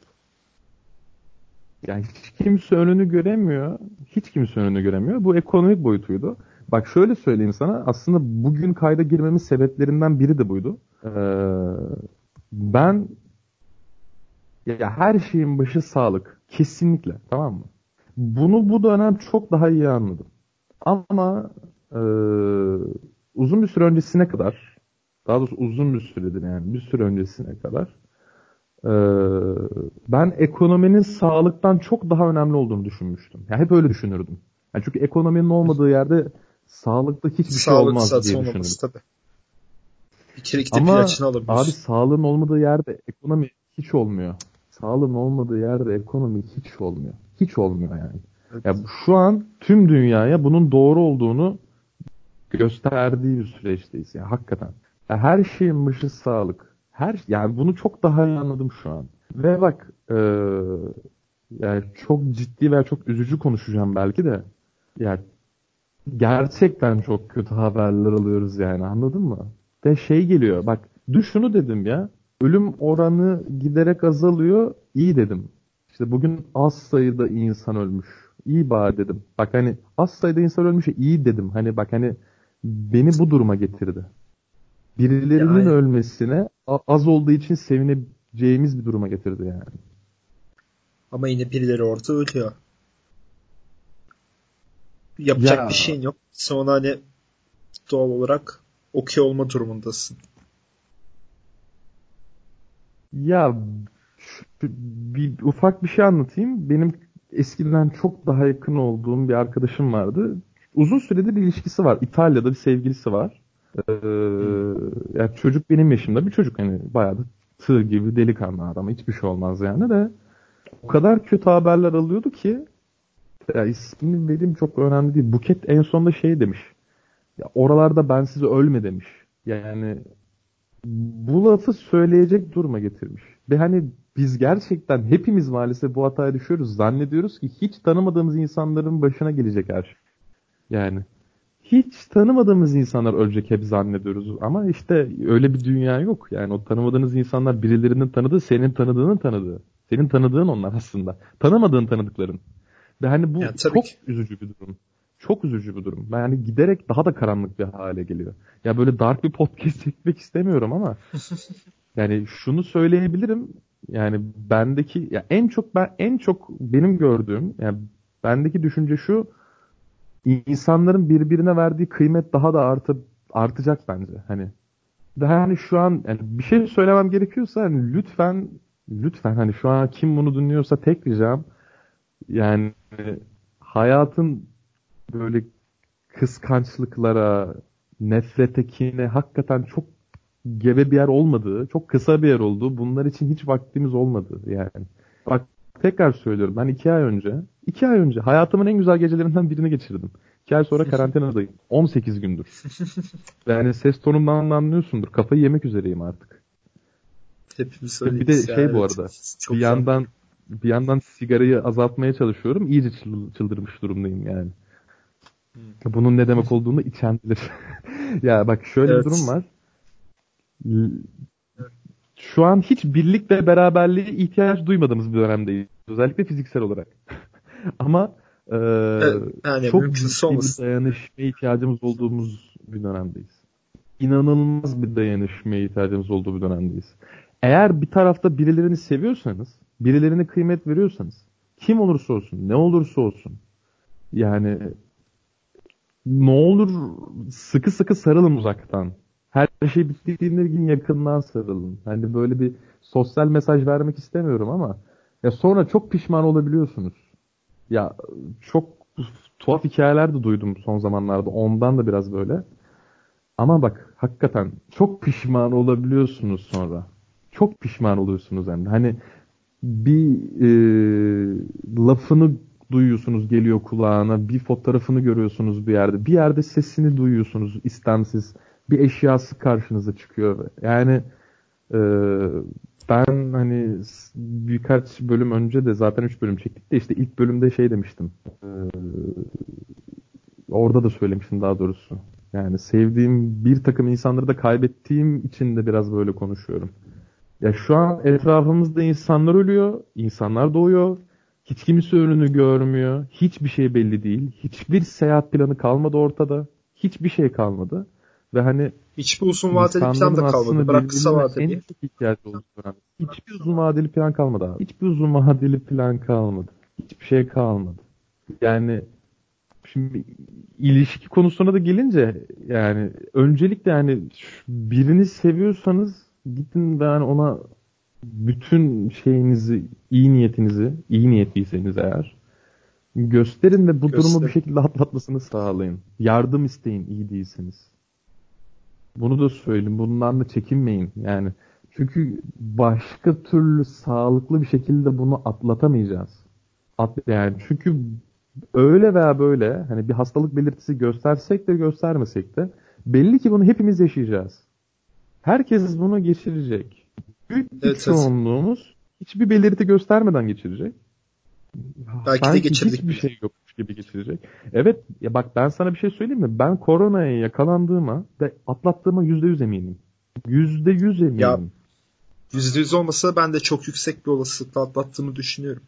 yani hiç kimse önünü göremiyor. Hiç kimse önünü göremiyor. Bu ekonomik boyutuydu. Bak şöyle söyleyeyim sana. Aslında bugün kayda girmemin sebeplerinden biri de buydu. Ee, ben Ya her şeyin başı sağlık. Kesinlikle. Tamam mı? Bunu bu dönem çok daha iyi anladım. Ama e, uzun bir süre öncesine kadar, daha doğrusu uzun bir süredir yani bir süre öncesine kadar e, ben ekonominin sağlıktan çok daha önemli olduğunu düşünmüştüm. Yani hep öyle düşünürdüm. Yani çünkü ekonominin olmadığı yerde sağlıkta hiçbir şey Sağlık olmaz zaten diye düşünürdüm. olmaması tabii. Bir kere gidip Ama ilaçını abi alamıyorsun. sağlığın olmadığı yerde ekonomi hiç olmuyor. Sağlığın olmadığı yerde ekonomi hiç olmuyor. Hiç olmuyor yani. Ya Evet. şu an tüm dünyaya bunun doğru olduğunu gösterdiği bir süreçteyiz ya hakikaten. Ya her şeyin başı sağlık. Her yani bunu çok daha iyi anladım şu an. Ve bak eee, yani çok ciddi veya çok üzücü konuşacağım belki de. Yani gerçekten çok kötü haberler alıyoruz yani anladın mı? Ve şey geliyor bak dün şunu dedim ya, ölüm oranı giderek azalıyor, iyi dedim. İşte bugün az sayıda insan ölmüş. İyi bari dedim. Bak hani az sayıda insan ölmüş, iyi dedim. Hani bak hani beni bu duruma getirdi. Ya Birilerinin aynen. ölmesine a- az olduğu için sevineceğimiz bir duruma getirdi yani. Ama yine birileri orada ölüyor. Yapacak bir Ya şeyin yok. Sonra hani doğal olarak okey olma durumundasın. Ya şu- bir ufak bir şey anlatayım. Benim eskiden çok daha yakın olduğum bir arkadaşım vardı. Uzun süredir bir ilişkisi var. İtalya'da bir sevgilisi var. Ee, Hmm. ya çocuk benim yaşımda bir çocuk. Hani bayağı da tığ gibi delikanlı adam. Hiçbir şey olmaz yani de. O kadar kötü haberler alıyordu ki ya ismini vereyim çok önemli değil. Buket en sonunda şey demiş. Ya oralarda ben size ölme demiş. Yani bu lafı söyleyecek duruma getirmiş. Ve hani biz gerçekten hepimiz maalesef bu hataya düşüyoruz. Zannediyoruz ki hiç tanımadığımız insanların başına gelecek her şey. Yani hiç tanımadığımız insanlar ölecek hep zannediyoruz. Ama işte öyle bir dünya yok. Yani o tanımadığınız insanlar birilerinin tanıdığı, senin tanıdığının tanıdığı. Senin tanıdığın onlar aslında. Tanımadığın tanıdıkların. Ve hani bu Yani tabii çok ki. üzücü bir durum. Çok üzücü bir durum. Yani giderek daha da karanlık bir hale geliyor. Ya böyle dark bir podcast çekmek istemiyorum ama yani şunu söyleyebilirim. Yani bendeki ya en çok ben en çok benim gördüğüm yani bendeki düşünce şu: insanların birbirine verdiği kıymet daha da artıp artacak bence. Hani daha hani şu an yani bir şey söylemem gerekiyorsa hani lütfen lütfen hani şu an kim bunu dinliyorsa tek ricam yani hayatın böyle kıskançlıklara, nefrete, kine hakikaten çok gebe bir yer olmadığı, çok kısa bir yer olduğu, bunlar için hiç vaktimiz olmadı yani. Bak tekrar söylüyorum, ben iki ay önce, iki ay önce hayatımın en güzel gecelerinden birini geçirdim. İki ay sonra karantinadayım. on sekiz gündür. Yani ses tonumdan da anlıyorsundur. Kafayı yemek üzereyim artık. Hepimiz Ve bir de öyleyiz ya, şey bu evet. arada, bir Çok zor. yandan bir yandan sigarayı azaltmaya çalışıyorum. İyice çıl- çıldırmış durumdayım yani. Hmm. Bunun ne demek olduğunu içen bilir. Ya bak şöyle bir durum Evet. var. L- Şu an hiç birlik ve beraberliğe ihtiyaç duymadığımız bir dönemdeyiz. Özellikle fiziksel olarak. Ama eee, Evet. Yani çok mümkünse ciddi bir olmasın. dayanışmaya ihtiyacımız olduğumuz bir dönemdeyiz. İnanılmaz bir dayanışmaya ihtiyacımız olduğu bir dönemdeyiz. Eğer bir tarafta birilerini seviyorsanız, birilerine kıymet veriyorsanız, kim olursa olsun, ne olursa olsun, yani ne olur sıkı sıkı sarılın uzaktan. Her şey bittiğinde bir gün yakından sarılın. Hani böyle bir sosyal mesaj vermek istemiyorum ama ya sonra çok pişman olabiliyorsunuz. Ya çok tuhaf hikayeler de duydum son zamanlarda. Ondan da biraz böyle. Ama bak hakikaten çok pişman olabiliyorsunuz sonra. Çok pişman oluyorsunuz hem de. Hani bir e, lafını duyuyorsunuz geliyor kulağına, bir fotoğrafını görüyorsunuz bir yerde, bir yerde sesini duyuyorsunuz istemsiz, bir eşyası karşınıza çıkıyor. Yani e, ben hani s- birkaç bölüm önce de zaten üç bölüm çektik de işte ilk bölümde şey demiştim. E, orada da söylemiştim daha doğrusu. Yani sevdiğim bir takım insanları da kaybettiğim için de biraz böyle konuşuyorum. Ya şu an etrafımızda insanlar ölüyor, insanlar doğuyor. Hiç kimse önünü görmüyor. Hiçbir şey belli değil. Hiçbir seyahat planı kalmadı ortada. Hiçbir şey kalmadı. Ve hani Hiçbir uzun vadeli plan insanların da kalmadı. aslında Bırak kısa birbirine en vadeli. çok ihtiyacı olduğu dönem. Hiçbir uzun vadeli plan kalmadı abi. Hiçbir uzun vadeli plan kalmadı. Hiçbir şey kalmadı. Yani şimdi ilişki konusuna da gelince yani öncelikle yani birini seviyorsanız gidin ve yani ona bütün şeyinizi, iyi niyetinizi, iyi niyetliyseniz eğer gösterin ve bu durumu bir Göster. şekilde atlatmasını sağlayın. Yardım isteyin iyi değilseniz. Bunu da söyleyeyim. Bundan da çekinmeyin. Yani çünkü başka türlü sağlıklı bir şekilde bunu atlatamayacağız. At, yani çünkü öyle veya böyle hani bir hastalık belirtisi göstersek de göstermesek de belli ki bunu hepimiz yaşayacağız. Herkes bunu geçirecek. Büyük bir Evet, evet. çoğunluğumuz hiçbir belirti göstermeden geçirecek. Belki de Sanki geçirdik hiçbir bile. şey yokmuş gibi geçirecek. Evet ya bak ben sana bir şey söyleyeyim mi? Ben koronaya yakalandığıma ve atlattığıma yüzde yüz eminim. Yüzde yüz Ya eminim. yüzde yüz olmasa ben de çok yüksek bir olasılıkla atlattığımı düşünüyorum.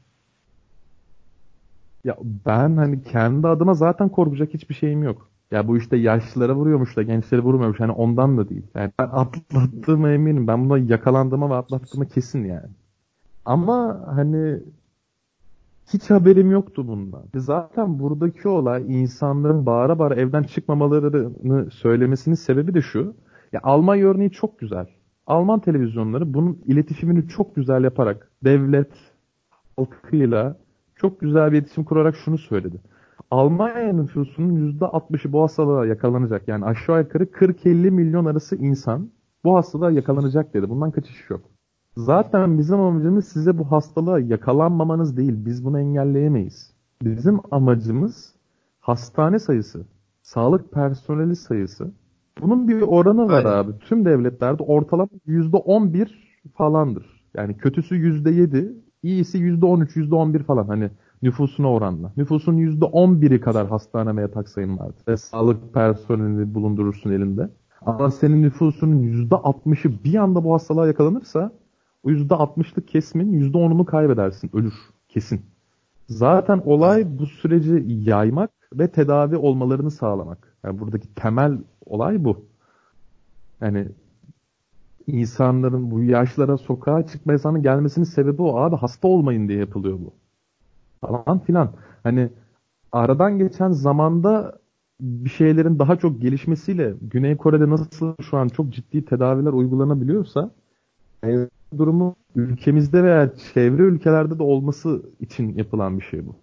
Ya ben hani kendi adıma zaten korkacak hiçbir şeyim yok. Ya bu işte yaşlılara vuruyormuş da gençlere vurmuyormuş. Hani ondan da değil. Yani ben atlattığıma eminim. Ben buna yakalandığıma ve atlattığıma kesin yani. Ama hani hiç haberim yoktu bundan. Zaten buradaki olay insanların bağıra bağıra evden çıkmamalarını söylemesinin sebebi de şu. Ya Almanya örneği çok güzel. Alman televizyonları bunun iletişimini çok güzel yaparak devlet halkıyla çok güzel bir iletişim kurarak şunu söyledi. Almanya nüfusunun yüzde altmışı bu hastalığa yakalanacak. Yani aşağı yukarı kırk elli milyon arası insan bu hastalığa yakalanacak dedi. Bundan kaçış yok. Zaten bizim amacımız size bu hastalığa yakalanmamanız değil. Biz bunu engelleyemeyiz. Bizim amacımız hastane sayısı, sağlık personeli sayısı. Bunun bir oranı var Aynen. abi. Tüm devletlerde ortalama yüzde on bir falandır. Yani kötüsü yüzde yedi, iyisi yüzde on üç, yüzde on bir falan hani nüfusuna oranla. Nüfusun yüzde on biri kadar hastane ve yatak sayın vardır. Ve sağlık personeli bulundurursun elinde. Ama senin nüfusunun yüzde altmışı bir anda bu hastalığa yakalanırsa o yüzde altmışlık kesimin yüzde onunu kaybedersin. Ölür. Kesin. Zaten olay bu süreci yaymak ve tedavi olmalarını sağlamak. Yani buradaki temel olay bu. Yani insanların bu yaşlara sokağa çıkma yasağının gelmesinin sebebi o. Abi hasta olmayın diye yapılıyor bu. Falan filan. Hani aradan geçen zamanda bir şeylerin daha çok gelişmesiyle Güney Kore'de nasıl şu an çok ciddi tedaviler uygulanabiliyorsa yani durumu ülkemizde veya çevre ülkelerde de olması için yapılan bir şey bu.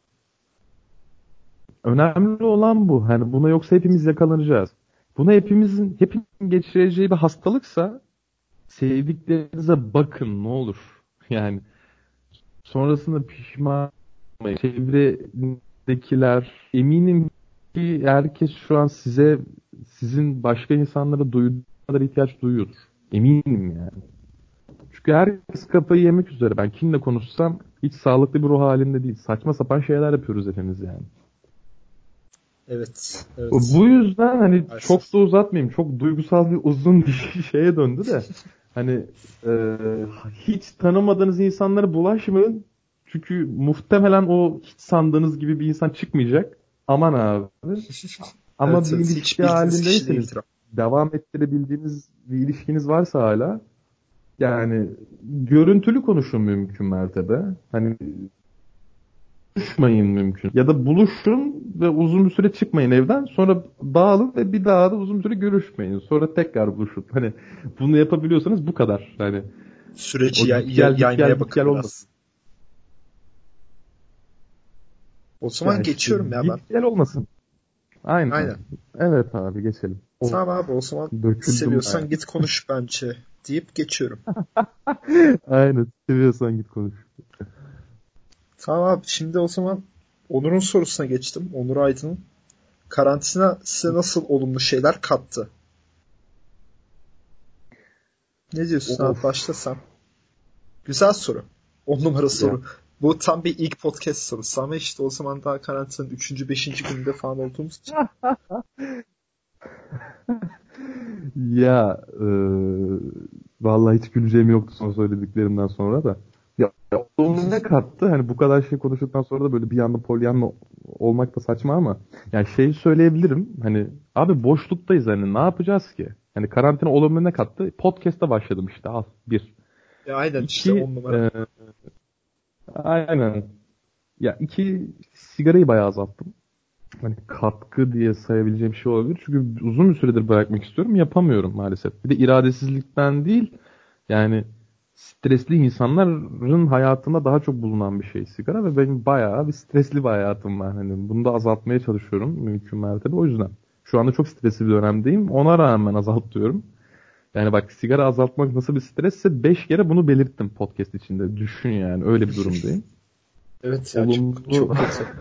Önemli olan bu. Hani buna yoksa hepimiz yakalanacağız. Buna hepimizin hepimizin geçireceği bir hastalıksa sevdiklerinize bakın ne olur. Yani sonrasında pişman olmayın. Çevredekiler eminim ki herkes şu an size sizin başka insanlara duyduğu kadar ihtiyaç duyuyordur. Eminim yani. Çünkü herkes kafayı yemek üzere. Ben kimle konuşsam hiç sağlıklı bir ruh halinde değil. Saçma sapan şeyler yapıyoruz hepimiz yani. Evet, evet. Bu yüzden hani Maalesef. çok da uzatmayayım. Çok duygusal bir uzun bir şeye döndü de. Hani e, hiç tanımadığınız insanlara bulaşmayın. Çünkü muhtemelen o hiç sandığınız gibi bir insan çıkmayacak. Aman abi. Ama Evet, bir evet. Hiç ilişki bildiğiniz kişi halindeyseniz, değildir o. devam ettirebildiğiniz bir ilişkiniz varsa hala yani görüntülü konuşun mümkün mertebe. Hani buluşmayın mümkün. Ya da buluşun ve uzun bir süre çıkmayın evden. Sonra dağılın ve bir daha da uzun bir süre görüşmeyin. Sonra tekrar buluşun. Hani bunu yapabiliyorsanız bu kadar. Hani Süreci o ya- git ya- gel git gel yaymaya git gel bakın olmasın. biraz. O zaman Ya işte geçiyorum ya ben. git gel olmasın. Aynen. Aynen. Evet abi geçelim. O Tamam abi, o zaman döküldüm baya. seviyorsan git konuş bence deyip geçiyorum. Aynen. Seviyorsan git konuş. Tamam abi, şimdi o zaman Onur'un sorusuna geçtim. Onur Aydın'ın. Karantina size nasıl olumlu şeyler kattı? Ne diyorsun abi, Of. başla sen. Güzel soru. On numara Ya. soru. Bu tam bir ilk podcast sorusu ama işte o zaman daha karantinanın üçüncü beşinci gününde falan olduğumuz için. Ya e, vallahi hiç güleceğim yoktu son söylediklerimden sonra da. Ya olumlu ne kattı? Hani bu kadar şey konuştuktan sonra da böyle bir anda polyanla olmak da saçma ama yani şeyi söyleyebilirim. Hani abi boşluktayız, hani ne yapacağız ki? Hani karantina olumlu ne kattı? Podcast'a başladım işte, al bir. Ya aynen, işte İki on numara. e, aynen. Ya iki, sigarayı bayağı azalttım. Hani katkı diye sayabileceğim şey olabilir. Çünkü uzun bir süredir bırakmak istiyorum. Yapamıyorum maalesef. Bir de iradesizlikten değil. Yani stresli insanların hayatında daha çok bulunan bir şey sigara ve benim bayağı bir stresli bir hayatım var. Hani bunu da azaltmaya çalışıyorum mümkün mertebe. O yüzden şu anda çok stresli bir dönemdeyim. Ona rağmen azaltıyorum. Yani bak, sigara azaltmak nasıl bir stresse beş kere bunu belirttim podcast içinde. Düşün yani, öyle bir durumdayım. Evet ya, çok Olumlu çok kötü.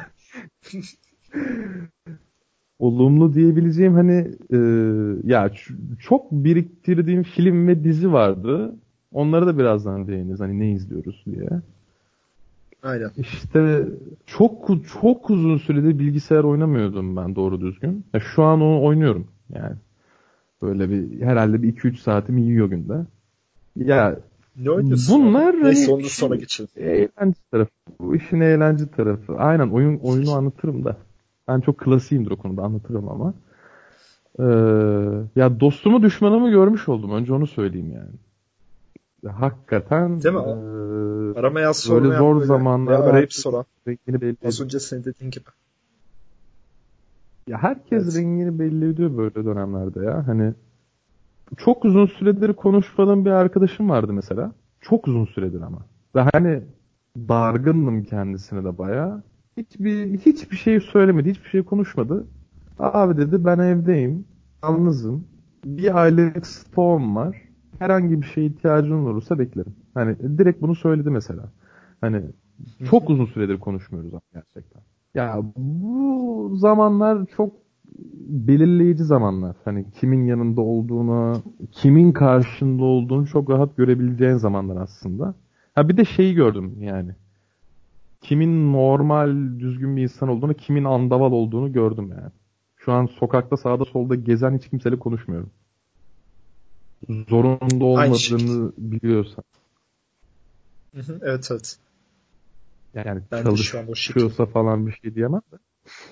olumlu diyebileceğim hani e, ya ç- çok biriktirdiğim film ve dizi vardı. Onlara da birazdan değiniriz. Hani ne izliyoruz diye. Aynen. İşte çok çok uzun süredir bilgisayar oynamıyordum ben doğru düzgün. Ya şu an onu oynuyorum. Yani böyle bir herhalde bir iki üç saatimi yiyor günde. Ya Ne oynuyorsun abi? bunlar Neyse, hani onu da sonra işin geçelim. eğlence tarafı. Bu işin eğlence tarafı. Aynen, oyun oyunu anlatırım da. Ben çok klasiğimdir o konuda, anlatırım ama. Ee, ya dostumu düşmanımı görmüş oldum. Önce onu söyleyeyim yani. Ya hakikaten Değil mi? ee, O aramaya böyle sormayan zor böyle veya zamanlarda arayıp herkes soran. rengini belli Az ediyor. önce senin dediğin gibi. Ya herkes Evet. rengini belli ediyor böyle dönemlerde ya. Hani çok uzun süredir konuşmadığım bir arkadaşım vardı mesela. Çok uzun süredir ama. Ve hani dargındım kendisine de bayağı. Hiçbir hiçbir şey söylemedi, hiçbir şey konuşmadı. Abi dedi, ben evdeyim, yalnızım. Bir aylık stoğum var. Herhangi bir şeye ihtiyacın olursa beklerim. Hani direkt bunu söyledi mesela. Hani çok uzun süredir konuşmuyoruz ama gerçekten. Ya bu zamanlar çok belirleyici zamanlar. Hani kimin yanında olduğunu, kimin karşında olduğunu çok rahat görebileceğin zamanlar aslında. Ha bir de şeyi gördüm yani. Kimin normal, düzgün bir insan olduğunu, kimin andaval olduğunu gördüm yani. Şu an sokakta sağda solda gezen hiç kimseyle konuşmuyorum. Zorunda Aynı şekilde. olmadığını biliyorsan. Hı hı, evet evet. Yani Ben de şu an o şekilde. çalışıyorsa falan bir şey diyemem de.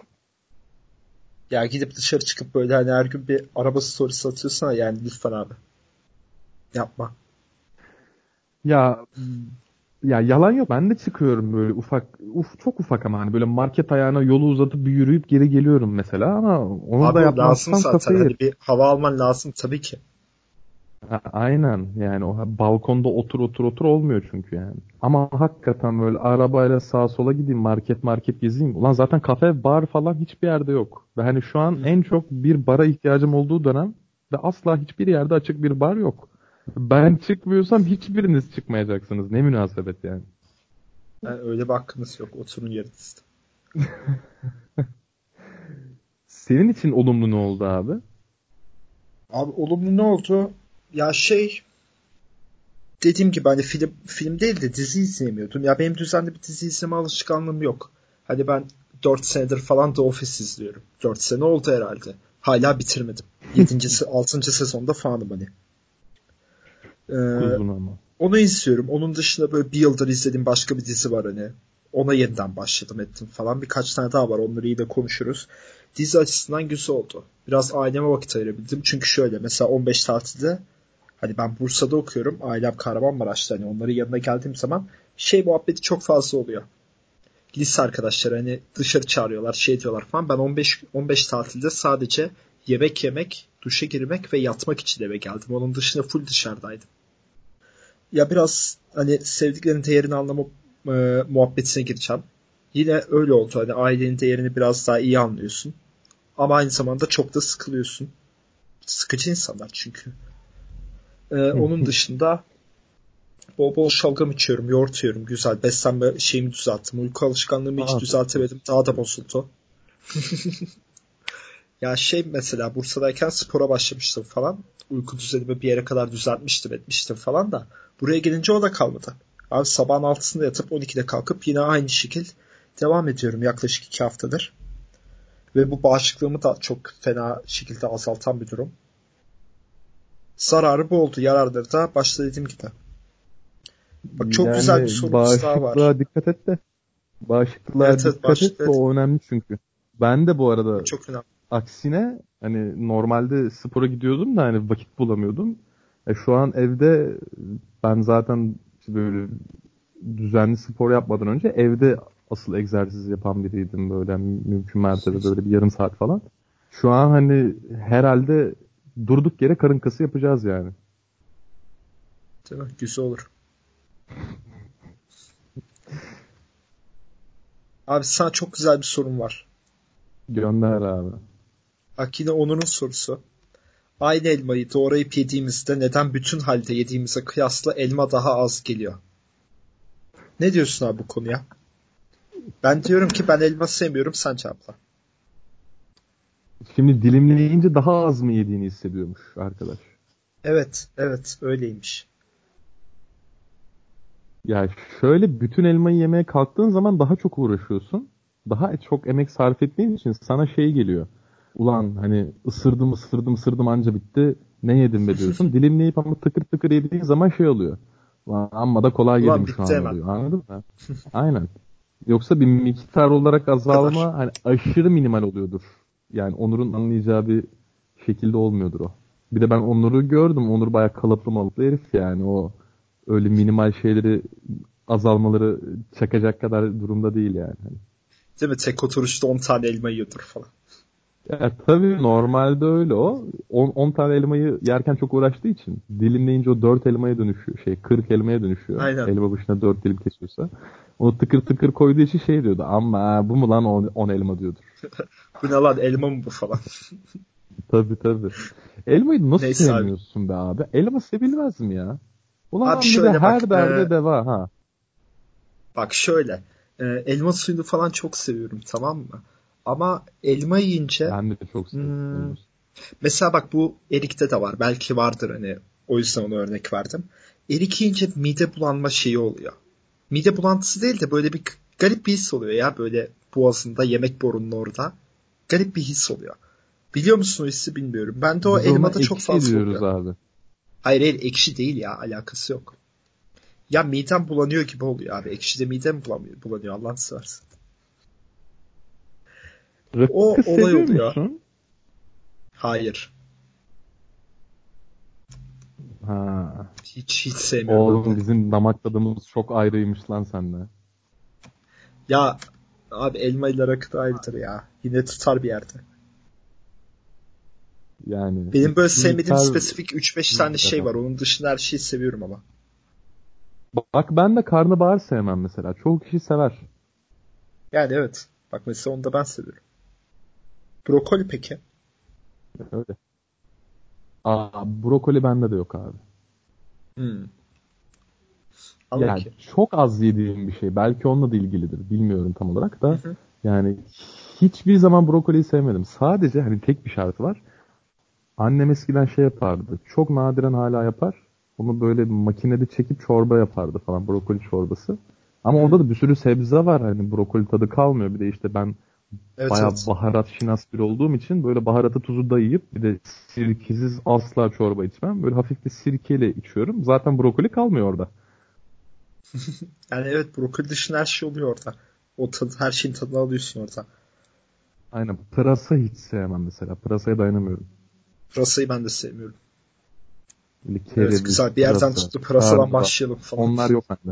Ya gidip dışarı çıkıp böyle hani her gün bir araba storiesi atıyorsan yani lütfen abi. Yapma. Ya ya yalan yok. Ben de çıkıyorum böyle ufak, uf, çok ufak ama hani böyle market ayağına yolu uzatıp bir yürüyüp geri geliyorum mesela ama onu da Abi o lazım yapmazsam zaten. kafayı Hani yerim. bir hava alman lazım tabii ki. A- Aynen yani o balkonda otur otur otur olmuyor çünkü yani. Ama hakikaten böyle arabayla sağa sola gideyim market market gezeyim. Ulan zaten kafe bar falan hiçbir yerde yok. Ve hani şu an Hı hı. en çok bir bara ihtiyacım olduğu dönem ve asla hiçbir yerde açık bir bar yok. Ben çıkmıyorsam hiçbiriniz çıkmayacaksınız. Ne münasebet yani. Yani öyle bir hakkınız yok. Oturun yerinizde. Senin için olumlu ne oldu abi? Abi olumlu ne oldu? Ya şey dediğim gibi hani film film değil de dizi izleyemiyordum. Ya benim düzenli bir dizi izleme alışkanlığım yok. Hani ben dört senedir falan The Office izliyorum. Dört sene oldu herhalde. Hala bitirmedim. Yedinci altıncı sezonda falanım hani. Çok Ee, uzun ama. Onu izliyorum. Onun dışında böyle bir yıldır izlediğim başka bir dizi var hani. Ona yeniden başladım ettim falan. Birkaç tane daha var. Onları iyi de konuşuruz. Dizi açısından güzel oldu. Biraz aileme vakit ayırabildim. Çünkü şöyle mesela on beş tatilde hani ben Bursa'da okuyorum. Ailem Kahramanmaraş'ta. Hani onların yanına geldiğim zaman şey muhabbeti çok fazla oluyor. Lise arkadaşlar hani dışarı çağırıyorlar, şey diyorlar falan. Ben on beş on beş tatilde sadece yemek yemek, duşa girmek ve yatmak için eve geldim. Onun dışında full dışarıdaydım. Ya biraz hani sevdiklerin değerini anlama e, muhabbetine gireceğim. Yine öyle oldu. Hani ailenin değerini biraz daha iyi anlıyorsun. Ama aynı zamanda çok da sıkılıyorsun. Sıkıcı insanlar çünkü. E, onun dışında bol bol şalgam içiyorum, yoğurt yiyorum. Güzel. Beslenme şeyimi düzelttim. Uyku alışkanlığımı hiç Afiyet düzeltemedim. olsun. Daha da bozuldu. Ya şey mesela Bursa'dayken spora başlamıştım falan. Uyku düzenimi bir yere kadar düzeltmiştim etmiştim falan da. Buraya gelince o da kalmadı. Abi sabahın altısında yatıp on ikide kalkıp yine aynı şekil devam ediyorum yaklaşık iki haftadır. Ve bu bağışıklığımı da çok fena şekilde azaltan bir durum. Zararı bu oldu. Yararları da başta dediğim gibi. Bak çok güzel bir Yani sorumuz daha var. bağışıklığa dikkat et de. Evet Bağışıklığa evet dikkat et de başlıklı. o önemli çünkü. Ben de bu arada Çok önemli. aksine hani normalde spora gidiyordum da hani vakit bulamıyordum. E şu an evde ben zaten işte böyle düzenli spor yapmadan önce evde asıl egzersiz yapan biriydim böyle mümkün mertebe böyle bir yarım saat falan. Şu an hani herhalde durduk yere karın kası yapacağız yani. Değil mi? Güzel olur. Abi sana çok güzel bir sorun var. Gönder abi. Bak yine Onur'un sorusu. Aynı elmayı doğrayıp yediğimizde neden bütün halde yediğimize kıyasla elma daha az geliyor? Ne diyorsun abi bu konuya? Ben diyorum ki ben elma sevmiyorum, sen cevapla. Şimdi dilimleyince daha az mı yediğini hissediyormuş arkadaş. Evet, evet öyleymiş. Ya şöyle bütün elmayı yemeye kalktığın zaman daha çok uğraşıyorsun. Daha çok emek sarf ettiğin için sana şey geliyor. Ulan hani ısırdım ısırdım ısırdım anca bitti. Ne yedim be diyorsun. Dilimleyip ama tıkır tıkır yediğin zaman şey oluyor. Ulan amma da kolay Ulan yedim şu bitti an hemen. oluyor. Anladın mı? Aynen. Yoksa bir miktar olarak Bu kadar. azalma hani aşırı minimal oluyordur. Yani Onur'un anlayacağı bir şekilde olmuyordur o. Bir de ben Onur'u gördüm. Onur bayağı kalıplı malıplı herif yani. O öyle minimal şeyleri azalmaları çakacak kadar durumda değil yani. Hani. Değil mi? Tek oturuşta on tane elma yiyordur falan. Ya tabii normalde öyle o. on tane elmayı yerken çok uğraştığı için dilimleyince o dört elmaya dönüşüyor. Şey kırk elmaya dönüşüyor. Aynen. Elma başına dört dilim kesiyorsa. Onu tıkır tıkır koyduğu için şey diyordu. Ama bu mu lan on elma diyordur. Bu ne lan, elma mı bu falan. Tabii tabii. Elmayı nasıl Neyse abi. sevmiyorsun be abi? Elma sevilmez mi ya? Abi Ulan bir de şöyle bak. her E, derde deva ha. bak şöyle. E, elma suyunu falan çok seviyorum, tamam mı? Ama elma yiyince Ben de çok hmm, seviyorum. mesela bak bu erikte de var. Belki vardır hani. O yüzden ona örnek verdim. Erik yiyince mide bulanma şeyi oluyor. Mide bulantısı değil de böyle bir garip bir his oluyor ya. Böyle boğazında, yemek borunun orada. Garip bir his oluyor. Biliyor musun o hissi bilmiyorum. Ben de o Biz ona elmada çok ekşi fazla diyoruz oluyor. abi. Hayır hayır ekşi değil ya. Alakası yok. Ya midem bulanıyor gibi oluyor abi. Ekşi de midem bulanıyor, bulanıyor Allah'ını seversen. O Rakı olay seviyor oluyor. musun? Hayır. Ha. Hiç hiç sevmiyorum hem Oğlum de. bizim damak tadımız çok ayrıymış lan sende. Ya abi elma ile rakı da ayrıdır ya. Yine tutar bir yerde. Yani Benim böyle iki sevmediğim liter spesifik üç beş tane şey var. efendim. Onun dışında her şeyi seviyorum ama. Bak ben de karnabahar sevmem mesela. Çoğu kişi sever. Yani evet. Bak mesela onu da ben seviyorum. Brokoli peki? Öyle. Aa, brokoli bende de yok abi. Hmm. Al Yani bakayım. çok az yediğim bir şey. Belki onunla da ilgilidir. Bilmiyorum tam olarak Hı da. hı. Yani hiçbir zaman brokoliyi sevmedim. Sadece hani tek bir şartı var. Annem eskiden şey yapardı. Çok nadiren hala yapar. Onu böyle makinede çekip çorba yapardı falan. Brokoli çorbası. Ama orada Hmm. da bir sürü sebze var. Hani brokoli tadı kalmıyor. Bir de işte ben Evet bayağı evet. baharat şinas biri olduğum için böyle baharatı tuzu dayayıp bir de sirkesiz asla çorba içmem. Böyle hafif bir sirkeyle içiyorum. Zaten brokoli kalmıyor orada. Yani evet brokoli dışında her şey oluyor orada. O tadı, her şeyin tadını alıyorsun orada. Aynen. Pırasa hiç sevmem mesela. Pırasaya dayanamıyorum. Pırasayı ben de sevmiyorum. Böyle Evet kereviz, güzel bir yerden pırasa, tuttu. Pırasadan karnabahar. başlayalım falan. Onlar yok bende.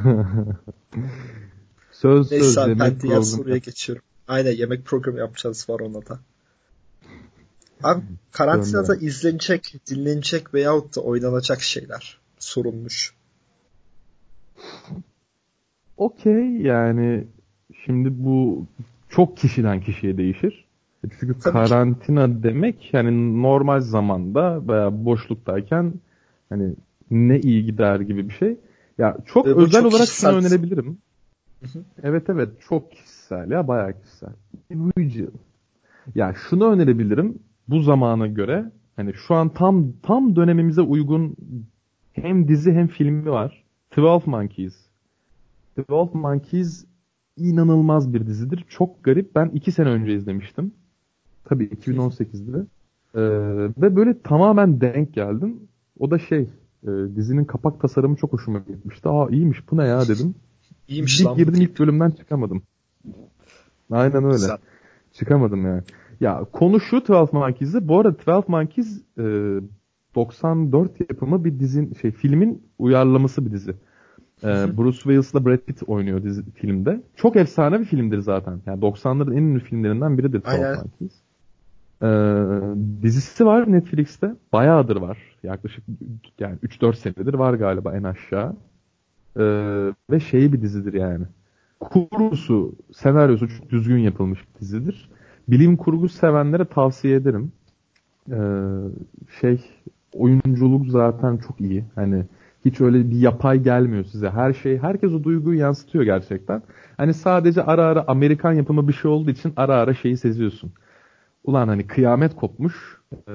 Söz söz Neyse abi ben yemek diğer programı soruya yap. geçiyorum. Aynen yemek programı yapacağız var ona da. Abi Gönder karantinada abi. izlenecek, dinlenecek veyahut da oynanacak şeyler sorulmuş. Okey yani şimdi bu çok kişiden kişiye değişir. E, Çünkü Tabii ki. karantina demek yani normal zamanda veya boşluktayken hani ne iyi gider gibi bir şey. Ya çok Ve bu özel çok olarak şunu kişisel. önerebilirim. Hı hı. Evet evet çok kişisel ya bayağı kişisel. Individual. Ya şunu önerebilirim bu zamana göre hani şu an tam tam dönemimize uygun hem dizi hem filmi var. Twelve Monkeys. Twelve Monkeys inanılmaz bir dizidir. Çok garip. Ben iki sene önce izlemiştim. Tabii iki bin on sekizde. Ee, ve böyle tamamen denk geldim. O da şey, e, dizinin kapak tasarımı çok hoşuma gitmişti. Aa iyiymiş bu ne ya dedim. İyiymiş Bir lan bu girdim ilk deyip. bölümden çıkamadım. Aynen öyle. Güzel. Çıkamadım yani. Ya konu şu Twelve Monkeys'de. Bu arada Twelve Monkeys e, doksan dört yapımı bir dizin şey filmin uyarlaması bir dizi. Ee, Bruce Willis'la Brad Pitt oynuyor dizi, filmde. Çok efsane bir filmdir zaten. Yani doksanların en ünlü filmlerinden biridir Twelve Aynen. Monkeys. Ee, dizisi var Netflix'te. Bayağıdır var. Yaklaşık yani üç dört senedir var galiba en aşağı. Ee, ve şeyi bir dizidir yani. Kurgusu, senaryosu çok düzgün yapılmış bir dizidir. Bilim kurgu sevenlere tavsiye ederim. Ee, şey oyunculuk zaten çok iyi. Hani hiç öyle bir yapay gelmiyor size. Her şey, herkes o duyguyu yansıtıyor gerçekten. Hani sadece ara ara Amerikan yapımı bir şey olduğu için ara ara şeyi seziyorsun. Ulan hani kıyamet kopmuş. Ee,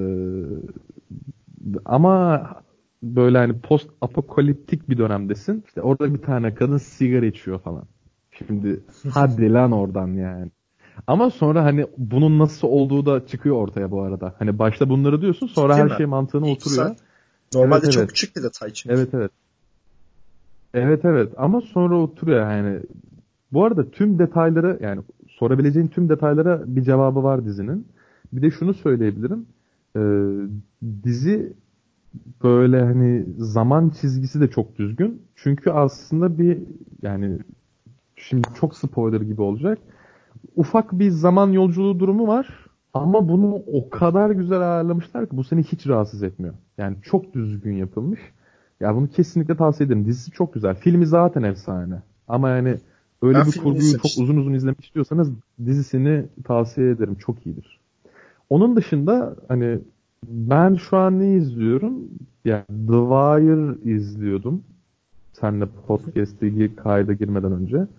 ama böyle hani post apokaliptik bir dönemdesin. İşte orada bir tane kadın sigara içiyor falan. Şimdi hadi lan oradan yani. Ama sonra hani bunun nasıl olduğu da çıkıyor ortaya bu arada. Hani başta bunları diyorsun sonra Ciddi her mi? şey mantığına İyi güzel. oturuyor. Evet Normalde çok evet. küçük bir detay çünkü. Evet evet. Evet evet ama sonra oturuyor yani. Bu arada tüm detayları yani sorabileceğin tüm detaylara bir cevabı var dizinin. Bir de şunu söyleyebilirim. Ee, dizi böyle hani zaman çizgisi de çok düzgün. Çünkü aslında bir yani şimdi çok spoiler gibi olacak. Ufak bir zaman yolculuğu durumu var. Ama bunu o kadar güzel ayarlamışlar ki bu seni hiç rahatsız etmiyor. Yani çok düzgün yapılmış. Ya bunu kesinlikle tavsiye ederim. Dizisi çok güzel. Filmi zaten efsane. Ama yani Ben öyle bir filmini kurguyu çok izlemiştim. uzun uzun izlemek istiyorsanız dizisini tavsiye ederim. Çok iyidir. Onun dışında hani ben şu an ne izliyorum? Yani The Wire izliyordum. Seninle podcast'e kayda girmeden önce.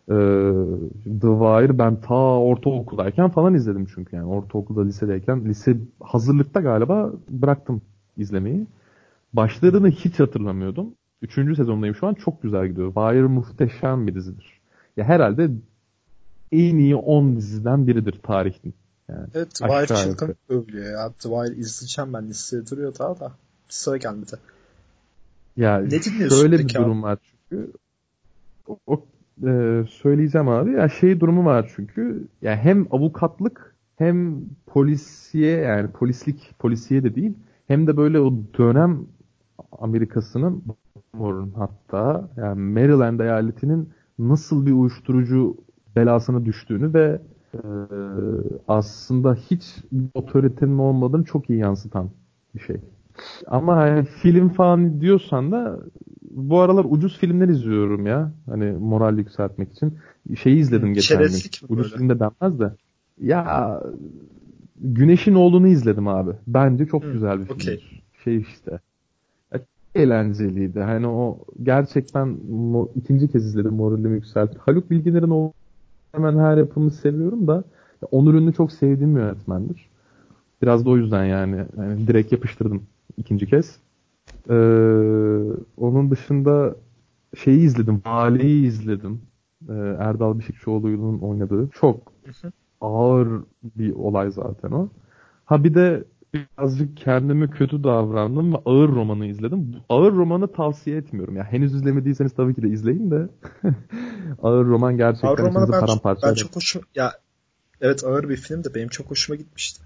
Ee, The Wire ben ta ortaokuldayken falan izledim çünkü yani ortaokulda lisedeyken lise hazırlıkta galiba bıraktım izlemeyi. Başlarını hiç hatırlamıyordum. Üçüncü sezondayım şu an, çok güzel gidiyor. Wire muhteşem bir dizidir. Ya herhalde en iyi on diziden biridir tarihin. Yani Evet, The Wire aşağı çılgın yukarı. övülüyor ya. The Wire izleyeceğim, ben listede duruyor daha da. Bir sıra gelmedi. Ya Ne dinliyorsun şöyle bir peki abi? durum var çünkü o, o- e, söyleyeceğim abi. Ya şey durumu var çünkü ya hem avukatlık hem polisiye, yani polislik polisiye de değil, hem de böyle o dönem Amerika'sının Baltimore'un hatta yani Maryland eyaletinin nasıl bir uyuşturucu belasına düştüğünü ve e, aslında hiç bir otoritenin olmadığını çok iyi yansıtan bir şey. Ama hani film falan diyorsan da bu aralar ucuz filmler izliyorum ya. Hani moral yükseltmek için. Şeyi Hmm, izledim geçen gün. çerezlik mi Ucuz böyle? film de denmez de. Ya Güneşin Oğlu'nu izledim abi. Bence çok Hmm, güzel bir okey. filmdir. Şey işte. Ya, çok eğlenceliydi. Hani o gerçekten mo- ikinci kez izledim, moralimi yükseltti. Haluk Bilginer'in o hemen her yapımını seviyorum da ya, Onur Ünlü çok sevdiğim bir yönetmendir. Biraz da o yüzden yani, yani direkt yapıştırdım ikinci kez. Ee, Onun dışında şeyi izledim. Vali'yi izledim. Ee, Erdal Beşikçioğlu'nun oynadığı. Çok Hı hı. ağır bir olay zaten o. Ha bir de birazcık kendime kötü davrandım ve Ağır Roman'ı izledim. Bu Ağır Roman'ı tavsiye etmiyorum. Ya henüz izlemediyseniz tabii ki de izleyin de. Ağır Roman Ağır gerçekten Roman'ı içinizi ben, paramparça ben eder. çok hoşuma... Ya evet, ağır bir film de benim çok hoşuma gitmişti.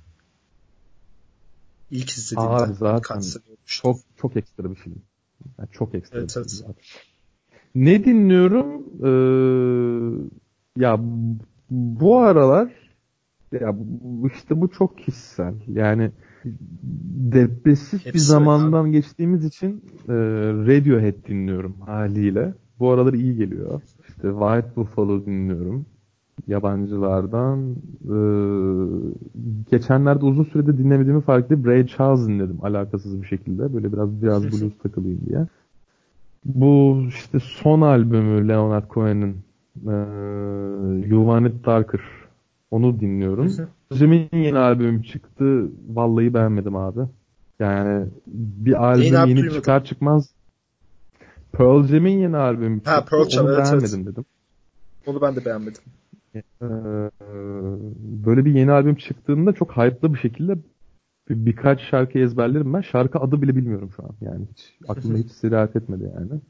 İlk izlediğimde Abi birkaç zaten sene olmuştu. çok çok ekstra bir film. Yani çok ekstra bir Evet, film evet. zaten. Ne dinliyorum? Ee, ya bu aralar ya bu- işte bu çok kişisel. Yani depresif bir Hepsi öyle abi. zamandan geçtiğimiz için e, Radiohead dinliyorum haliyle. Bu aralar iyi geliyor. İşte White Buffalo dinliyorum. Yabancılardan. Ee, geçenlerde uzun süredir dinlemediğimi fark edip Ray Charles dinledim alakasız bir şekilde. Böyle biraz biraz blues takılayım diye. Bu işte son albümü Leonard Cohen'in, eee You Want It Darker. Onu dinliyorum. Jim'in yeni albüm çıktı. Vallahi beğenmedim abi. Yani bir Neyin albüm abi, yeni duymadım. çıkar çıkmaz Pearl Jam'in yeni albümü Ha, çıktı. Pearl Jam, Onu evet evet. beğenmedim dedim. Onu ben de beğenmedim. Eee, Böyle bir yeni albüm çıktığında çok hype'lı bir şekilde bir, birkaç şarkı ezberlerim ben. Şarkı adı bile bilmiyorum şu an. Yani hiç aklımda hiç sirayet etmedi yani.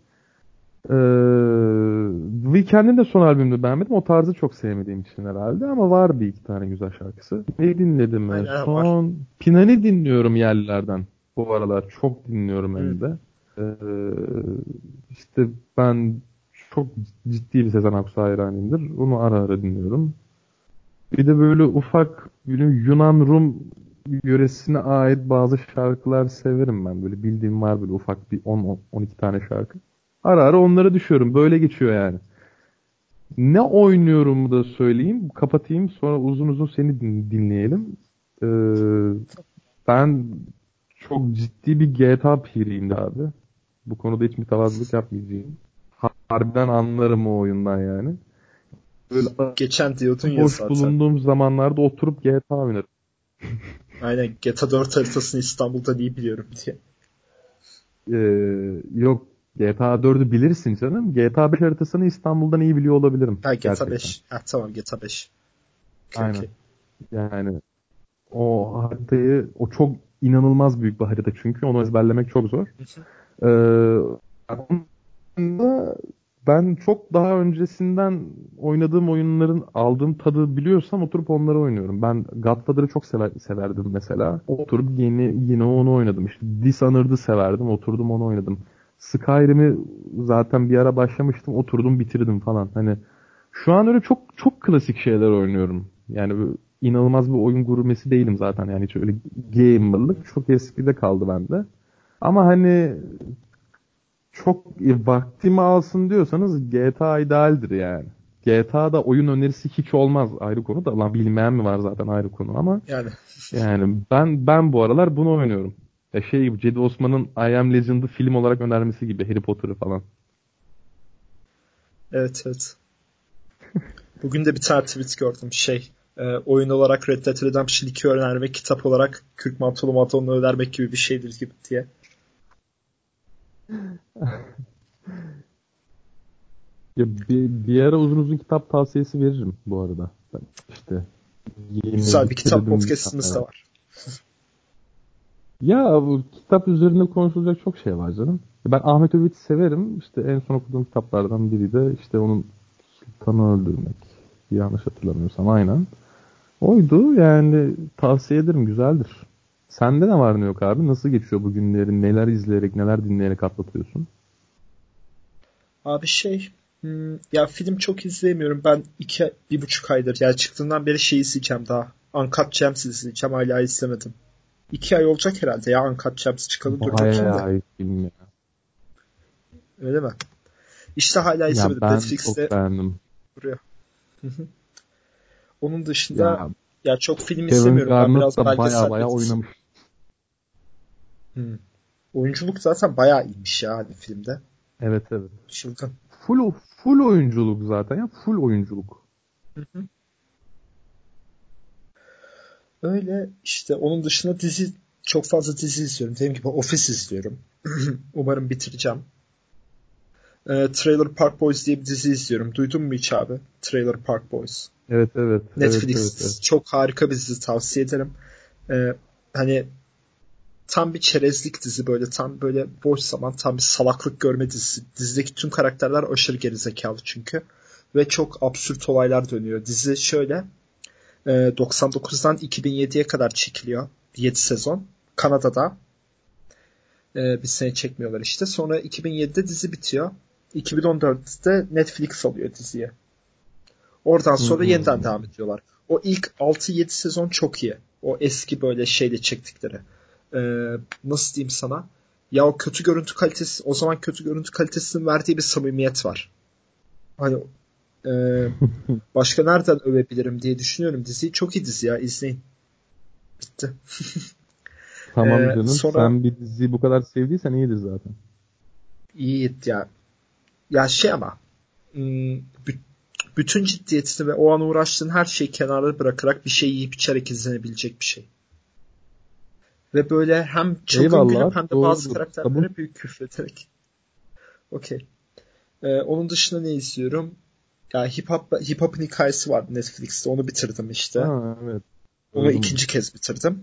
Ee, Weeknd'in de son albümünü beğenmedim. O tarzı çok sevmediğim için herhalde, ama var bir iki tane güzel şarkısı. Ne dinledim en Aynen var. son? Pinani dinliyorum yerlilerden. Bu aralar çok dinliyorum Hmm. hem de. Ee, işte ben çok ciddi bir Sezen Aksu hayranıyımdır. Onu ara ara dinliyorum. Bir de böyle ufak böyle Yunan Rum yöresine ait bazı şarkılar severim ben. Böyle bildiğim var, böyle ufak bir on on iki tane şarkı. Ara ara onlara düşüyorum. Böyle geçiyor yani. Ne oynuyorum da söyleyeyim. Kapatayım, sonra uzun uzun seni din- dinleyelim. Ee, Ben çok ciddi bir G T A piriyim abi. Bu konuda hiç mütevazılık yapmayacağım. Harbiden anlarım o oyundan yani. Böyle Geçen diyordun ya boş zaten. bulunduğum zamanlarda oturup G T A oynarım. Aynen, G T A dört haritasını İstanbul'da iyi biliyorum diye. Ee, yok, G T A dördü bilirsin canım. G T A beş haritasını İstanbul'dan iyi biliyor olabilirim Ha, G T A gerçekten. beş. Ha tamam, G T A beş. Okey, Aynen. okey. Yani o haritayı, o çok inanılmaz büyük bir harita çünkü onu ezberlemek çok zor. Ee, aslında ben çok daha öncesinden oynadığım oyunların aldığım tadı biliyorsam oturup onları oynuyorum. Ben Godfather'ı çok sever, severdim mesela. Oturup yeni yine onu oynadım. İşte Dishonored'ı severdim. Oturdum onu oynadım. Skyrim'i zaten bir ara başlamıştım. Oturdum bitirdim falan. Hani şu an öyle çok çok klasik şeyler oynuyorum. Yani böyle inanılmaz bir oyun gurmesi değilim zaten. Yani hiç öyle gamerlık çok eskide kaldı bende. Ama hani çok e, vaktimi alsın diyorsanız G T A idealdir yani. G T A'da oyun önerisi hiç olmaz, ayrı konu da. Lan bilmeyen mi var zaten, ayrı konu, ama Yani yani ben ben bu aralar bunu oynuyorum. Ya şey gibi, Cedi Osman'ın I Am Legend'ı film olarak önermesi gibi, Harry Potter'ı falan. evet evet. Bugün de bir tane tweet gördüm. Şey, e, oyun olarak Red Dead Redemption iki önermek, kitap olarak Kürk Mantolu Madonna önermek gibi bir şeydir gibi diye. Ya bir, bir ara uzun uzun kitap tavsiyesi veririm bu arada. Ben işte yeni Güzel bir kitap bitirdim. podcast'imiz de var. Ya bu kitap üzerinde konuşulacak çok şey var canım. Ben Ahmet Övit'i severim. İşte en son okuduğum kitaplardan biri de işte onun Sultanı Öldürmek. Yanlış hatırlamıyorsam aynen. Oydu yani tavsiye ederim güzeldir. Sende ne var ne yok abi? Nasıl geçiyor bu günleri? Neler izleyerek neler dinleyerek atlatıyorsun? Abi şey, hmm, ya film çok izleyemiyorum. Ben iki, bir buçuk aydır. Yani çıktığından beri şey izleyeceğim daha. Uncut Gems izleyeceğim. Hala izlemedim. İki ay olacak herhalde ya Uncut Gems çıkalı. Dur bakayım da. Bayağı iyi film ya. Öyle mi? İşte hala Ya izlemedim. ben Netflix'te çok beğendim. duruyor. Hı hı. Onun dışında Ya ya çok film Kevin izlemiyorum. Ben Garnett biraz da baya belgesel baya ve dizi. oynamış. Hı. Oyunculuk zaten bayağı iyiymiş ya hani filmde. Evet evet. Çılgın. Full full oyunculuk zaten ya. Full oyunculuk. Hı hı. Öyle işte onun dışında dizi çok fazla dizi izliyorum. Dediğim gibi Office izliyorum. Umarım bitireceğim. Ee, Trailer Park Boys diye bir dizi izliyorum. Duydun mu hiç abi? Trailer Park Boys. Evet evet evet evet evet. Netflix çok harika bir dizi tavsiye ederim. Ee, hani tam bir çerezlik dizi böyle tam böyle boş zaman tam bir salaklık görme dizisi. Dizideki tüm karakterler aşırı gerizekalı çünkü. Ve çok absürt olaylar dönüyor. Dizi şöyle e, doksan dokuzdan iki bin yediye kadar çekiliyor. yedi sezon. Kanada'da. E, bir sene çekmiyorlar işte. Sonra iki bin yedide dizi bitiyor. iki bin on dörtte Netflix alıyor diziyi. Oradan sonra yeniden Hmm. devam ediyorlar. O ilk altı yedi sezon çok iyi. O eski böyle şeyle çektikleri. Ee, nasıl diyeyim sana? Ya o kötü görüntü kalitesi, o zaman kötü görüntü kalitesinin verdiği bir samimiyet var. Hani e, başka nereden övebilirim diye düşünüyorum. Diziyi çok iyi dizi ya. İzleyin. Bitti. Tamam Ee, canım. sonra Sen bir diziyi bu kadar sevdiysen iyidir zaten. iyi ya. Ya şey ama hmm, bütün ciddiyetini ve o an uğraştığın her şeyi kenara bırakarak bir şey yiyip içerek izlenebilecek bir şey. Ve böyle hem çılgın gülüp Eyvallah. hem de bazı Doğrudur. Kabul. karakterlere büyük küfrederek. Okey. Ee, onun dışında ne izliyorum? Ya Hip Hop, Hip Hop'un hikayesi vardı Netflix'te. Onu bitirdim işte. Ha evet. Onu Duydum. ikinci kez bitirdim.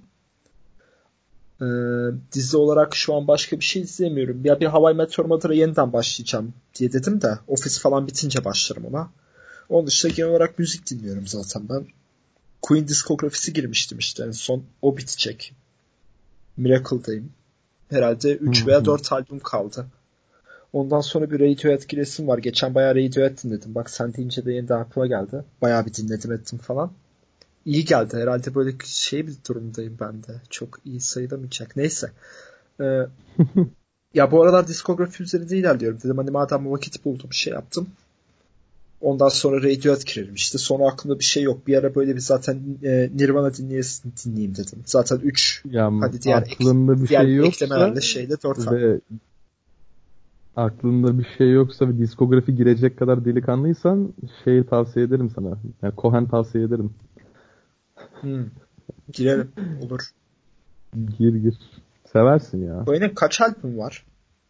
Ee, dizi olarak şu an başka bir şey izlemiyorum. Ya bir How I Met Your Mother'a yeniden başlayacağım diye dedim de Office falan bitince başlarım ona. Onun dışında genel olarak müzik dinliyorum zaten ben. Queen diskografisi girmiştim işte en son. O bitecek. Miracle'dayım. Herhalde Hı üç veya hı. dört albüm kaldı. Ondan sonra bir Radiohead giresim var. Geçen bayağı Radiohead dinledim. Bak sen deyince de yeniden aklıma geldi. Bayağı bir dinledim ettim falan. İyi geldi. Herhalde böyle şey bir durumdayım ben de. Çok iyi sayılamayacak. Neyse. Ee, ya bu aralar diskografi üzerinde ilerliyorum. Dedim hani madem vakit buldum şey yaptım. Ondan sonra Radiohead girelim işte. Sonra aklımda bir şey yok. Bir ara böyle bir zaten e, Nirvana dinleyesin, dinleyeyim dedim. Zaten üç Yani hadi diğer ek, aklında bir diğer şey yoksa eklemelerle şeyle dört albüm. ve aklında bir şey yoksa ve diskografi girecek kadar delikanlıysan şeyi tavsiye ederim sana. Yani Cohen tavsiye ederim. Hmm, girelim. Olur. Gir gir. Seversin ya. Cohen'in kaç albüm var?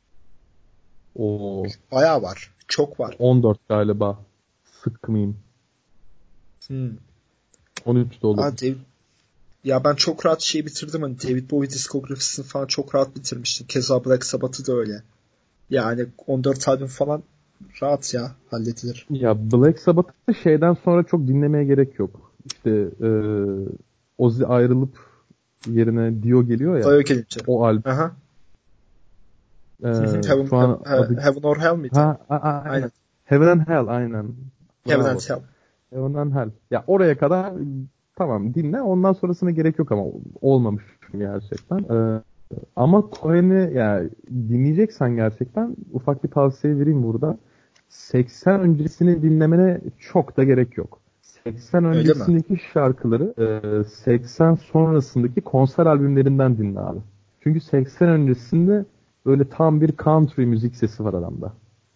O Bayağı var. Çok var. on dört galiba. Sıkmayayım. Hmm. on üç de Aa, olabilir. David, ya ben çok rahat şey bitirdim. Hani David Bowie diskografisini falan çok rahat bitirmiştim. Keza Black Sabbath'ı da öyle. Yani on dört albüm falan rahat ya. Halledilir. Ya Black Sabbath'ı şeyden sonra çok dinlemeye gerek yok. İşte e, Ozzy ayrılıp yerine Dio geliyor ya. Daya gelince. O albüm. Aha. E, Heaven, şu an adı Heaven or Hell miydi? ha a- a- aynen. Aynen. Heaven and Hell aynen. Heaven and Bravo. Hell. Heaven and Hell. Ya oraya kadar tamam dinle. Ondan sonrasına gerek yok ama olmamış gerçekten. E, ama Cohen'i yani dinleyeceksen gerçekten ufak bir tavsiye vereyim burada. seksen öncesini dinlemene çok da gerek yok. seksen Öyle mi? öncesindeki şarkıları e, seksen sonrasındaki konser albümlerinden dinle abi. Çünkü seksen öncesinde böyle tam bir country müzik sesi var adamda. Hani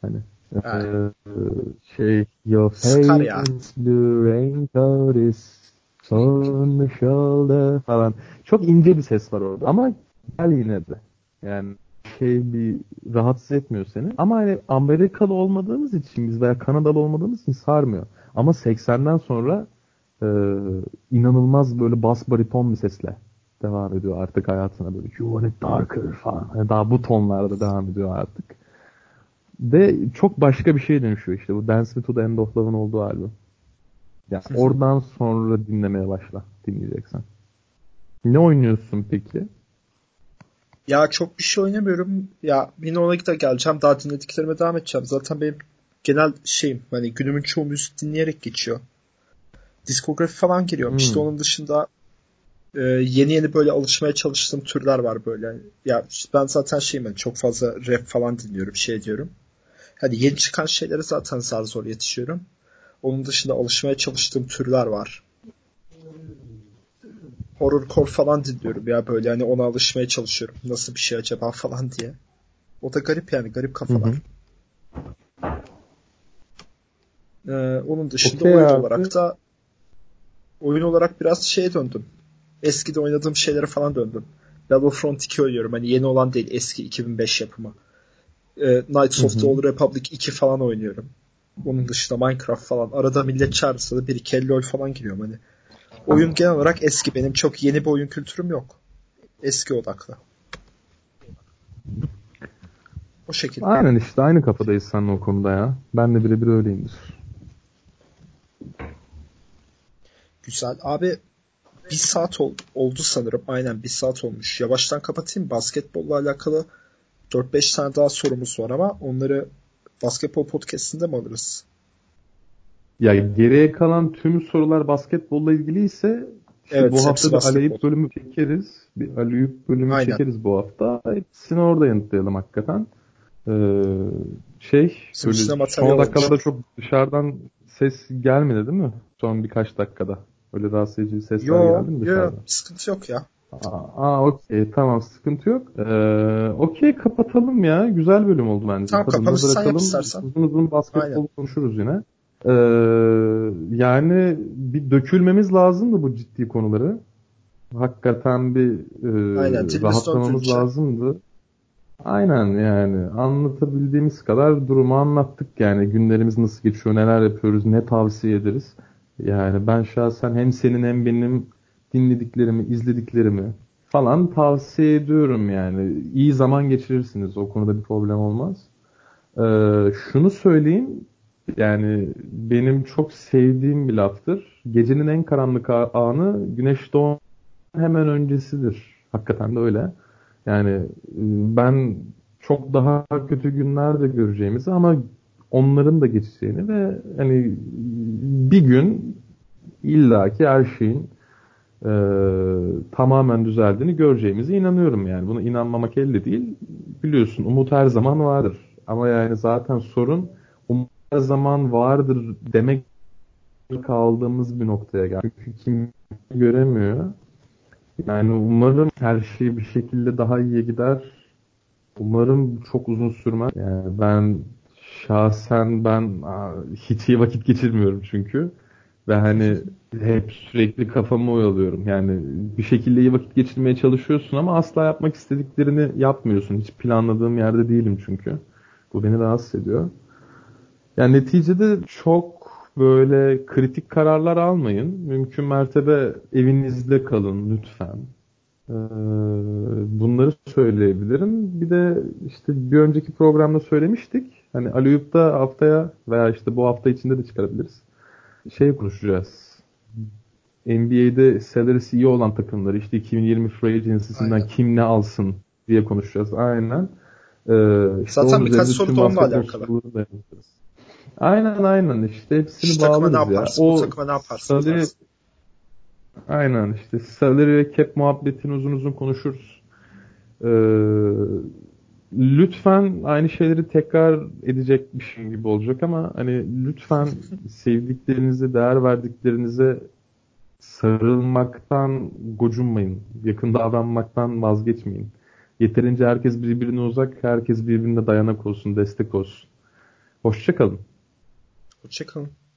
Ha, Ee, şey Your sıkar ya. famous blue raincoat is on the shoulder falan. Çok ince bir ses var orada ama güzel yine de. Yani şey bir rahatsız etmiyor seni. Ama hani Amerikalı olmadığımız için biz veya Kanadalı olmadığımız için sarmıyor. Ama seksenden sonra e, inanılmaz böyle bas bariton bir sesle devam ediyor artık hayatına böyle. You want it darker falan. Yani daha bu tonlarda devam ediyor artık. Ve çok başka bir şeye dönüşüyor işte bu Dance Me to the End of Love'ın olduğu albüm. Yani oradan sonra dinlemeye başla dinleyeceksen. Ne oynuyorsun peki? Ya çok bir şey oynamıyorum. Ya yine ona da geleceğim. Daha dinlediklerime devam edeceğim. Zaten benim genel şeyim hani günümün çoğu müzik dinleyerek geçiyor. Diskografi falan giriyorum. İşte Hmm. onun dışında e, yeni yeni böyle alışmaya çalıştığım türler var böyle. Ya işte ben zaten şeyim hani çok fazla rap falan dinliyorum, şey diyorum. Hani yeni çıkan şeylere zaten zar zor yetişiyorum. Onun dışında alışmaya çalıştığım türler var. Horrorcore falan dinliyorum ya böyle hani ona alışmaya çalışıyorum. Nasıl bir şey acaba falan diye. O da garip yani garip Hı hı. kafalar. Ee, onun dışında Okey oyun abi. olarak da oyun olarak biraz şeye döndüm. Eskide oynadığım şeylere falan döndüm. Battlefront iki oynuyorum. Hani yeni olan değil. Eski iki bin beş yapımı. Ee, Knights Hı of the hı. Old Republic iki falan oynuyorum. Onun dışında Minecraft falan. Arada millet çağırırsa da bir iki el LoL falan giriyorum. Hani oyun genel olarak eski. Benim çok yeni bir oyun kültürüm yok. Eski odaklı. O şekil. Aynen işte aynı kafadayız seninle o konuda ya. Ben de birebir öyleyimdir. Güzel. Abi bir saat ol- oldu sanırım. Aynen bir saat olmuş. Yavaştan kapatayım. Basketbolla alakalı dört beş tane daha sorumuz var ama onları basketbol podcast'inde mi alırız? Ya geriye kalan tüm sorular basketbolla ilgili ise işte bu Evet, hepsi hafta bir basketbol. Aleyhip bölümü çekeriz. Bir Aleyhip bölümü Aynen. çekeriz bu hafta. Hepsini orada yanıtlayalım hakikaten. Ee, şey Bizim böyle için de son materyal dakikalarda oluşur. çok dışarıdan ses gelmedi değil mi? Son birkaç dakikada. Öyle rahatsız edici sesler Yo, geldi mi yo, yo, dışarıdan? sıkıntı yok ya. Aa, aa, okey tamam sıkıntı yok. Ee, okey kapatalım ya. Güzel bölüm oldu bence. Tamam, Tadında kapanışı sen yap bırakalım. istersen. Uzun uzun Aynen. basketbol konuşuruz yine. Ee, yani bir dökülmemiz lazımdı bu ciddi konuları. Hakikaten bir Aynen. e, Dilimiz rahatlamamız döndüğünce. lazımdı. Aynen yani anlatabildiğimiz kadar durumu anlattık yani günlerimiz nasıl geçiyor, neler yapıyoruz, ne tavsiye ederiz. Yani ben şahsen hem senin hem benim dinlediklerimi, izlediklerimi falan tavsiye ediyorum yani. İyi zaman geçirirsiniz, o konuda bir problem olmaz. Ee, şunu söyleyeyim yani benim çok sevdiğim bir laftır. Gecenin en karanlık a- anı güneş doğan hemen öncesidir. Hakikaten de öyle. Yani e, ben çok daha kötü günler de göreceğimizi ama onların da geçeceğini ve hani bir gün illaki her şeyin e, tamamen düzeldiğini göreceğimize inanıyorum yani. Buna inanmamak elde değil. Biliyorsun umut her zaman vardır. Ama yani zaten sorun umut her zaman vardır demek kaldığımız bir noktaya geldi. Çünkü kim göremiyor. Yani umarım her şey bir şekilde daha iyiye gider. Umarım çok uzun sürmez. Yani ben şahsen ben aa, hiç iyi vakit geçirmiyorum çünkü. Ve hani hep sürekli kafamı oyalıyorum. Yani bir şekilde iyi vakit geçirmeye çalışıyorsun ama asla yapmak istediklerini yapmıyorsun. Hiç planladığım yerde değilim çünkü. Bu beni rahatsız ediyor. Yani neticede çok böyle kritik kararlar almayın. Mümkün mertebe evinizde kalın lütfen. Ee, bunları söyleyebilirim. Bir de işte bir önceki programda söylemiştik. Hani Aliyup'ta haftaya veya işte bu hafta içinde de çıkarabiliriz. Şey konuşacağız. N B A'de salary'si iyi olan takımları işte iki bin yirmi Free Agency'sinden Aynen. kim ne alsın diye konuşacağız. Aynen. Ee, işte onun Zaten birkaç üzerinde soru tüm da onunla basketbol alakalı. sorularını da yapacağız. Aynen aynen işte Şu hepsini takıma ne bağlarız ya. yaparsın? Bu O takıma ne yaparsın salary tarzı. aynen işte salary ve cap muhabbetini uzun uzun konuşuruz. Ee, lütfen aynı şeyleri tekrar edecekmişim gibi olacak ama hani lütfen sevdiklerinize, değer verdiklerinize sarılmaktan gocunmayın. Yakın davranmaktan vazgeçmeyin. Yeterince herkes birbirine uzak, herkes birbirine dayanak olsun, destek olsun. Hoşça kalın. Hoşçakalın.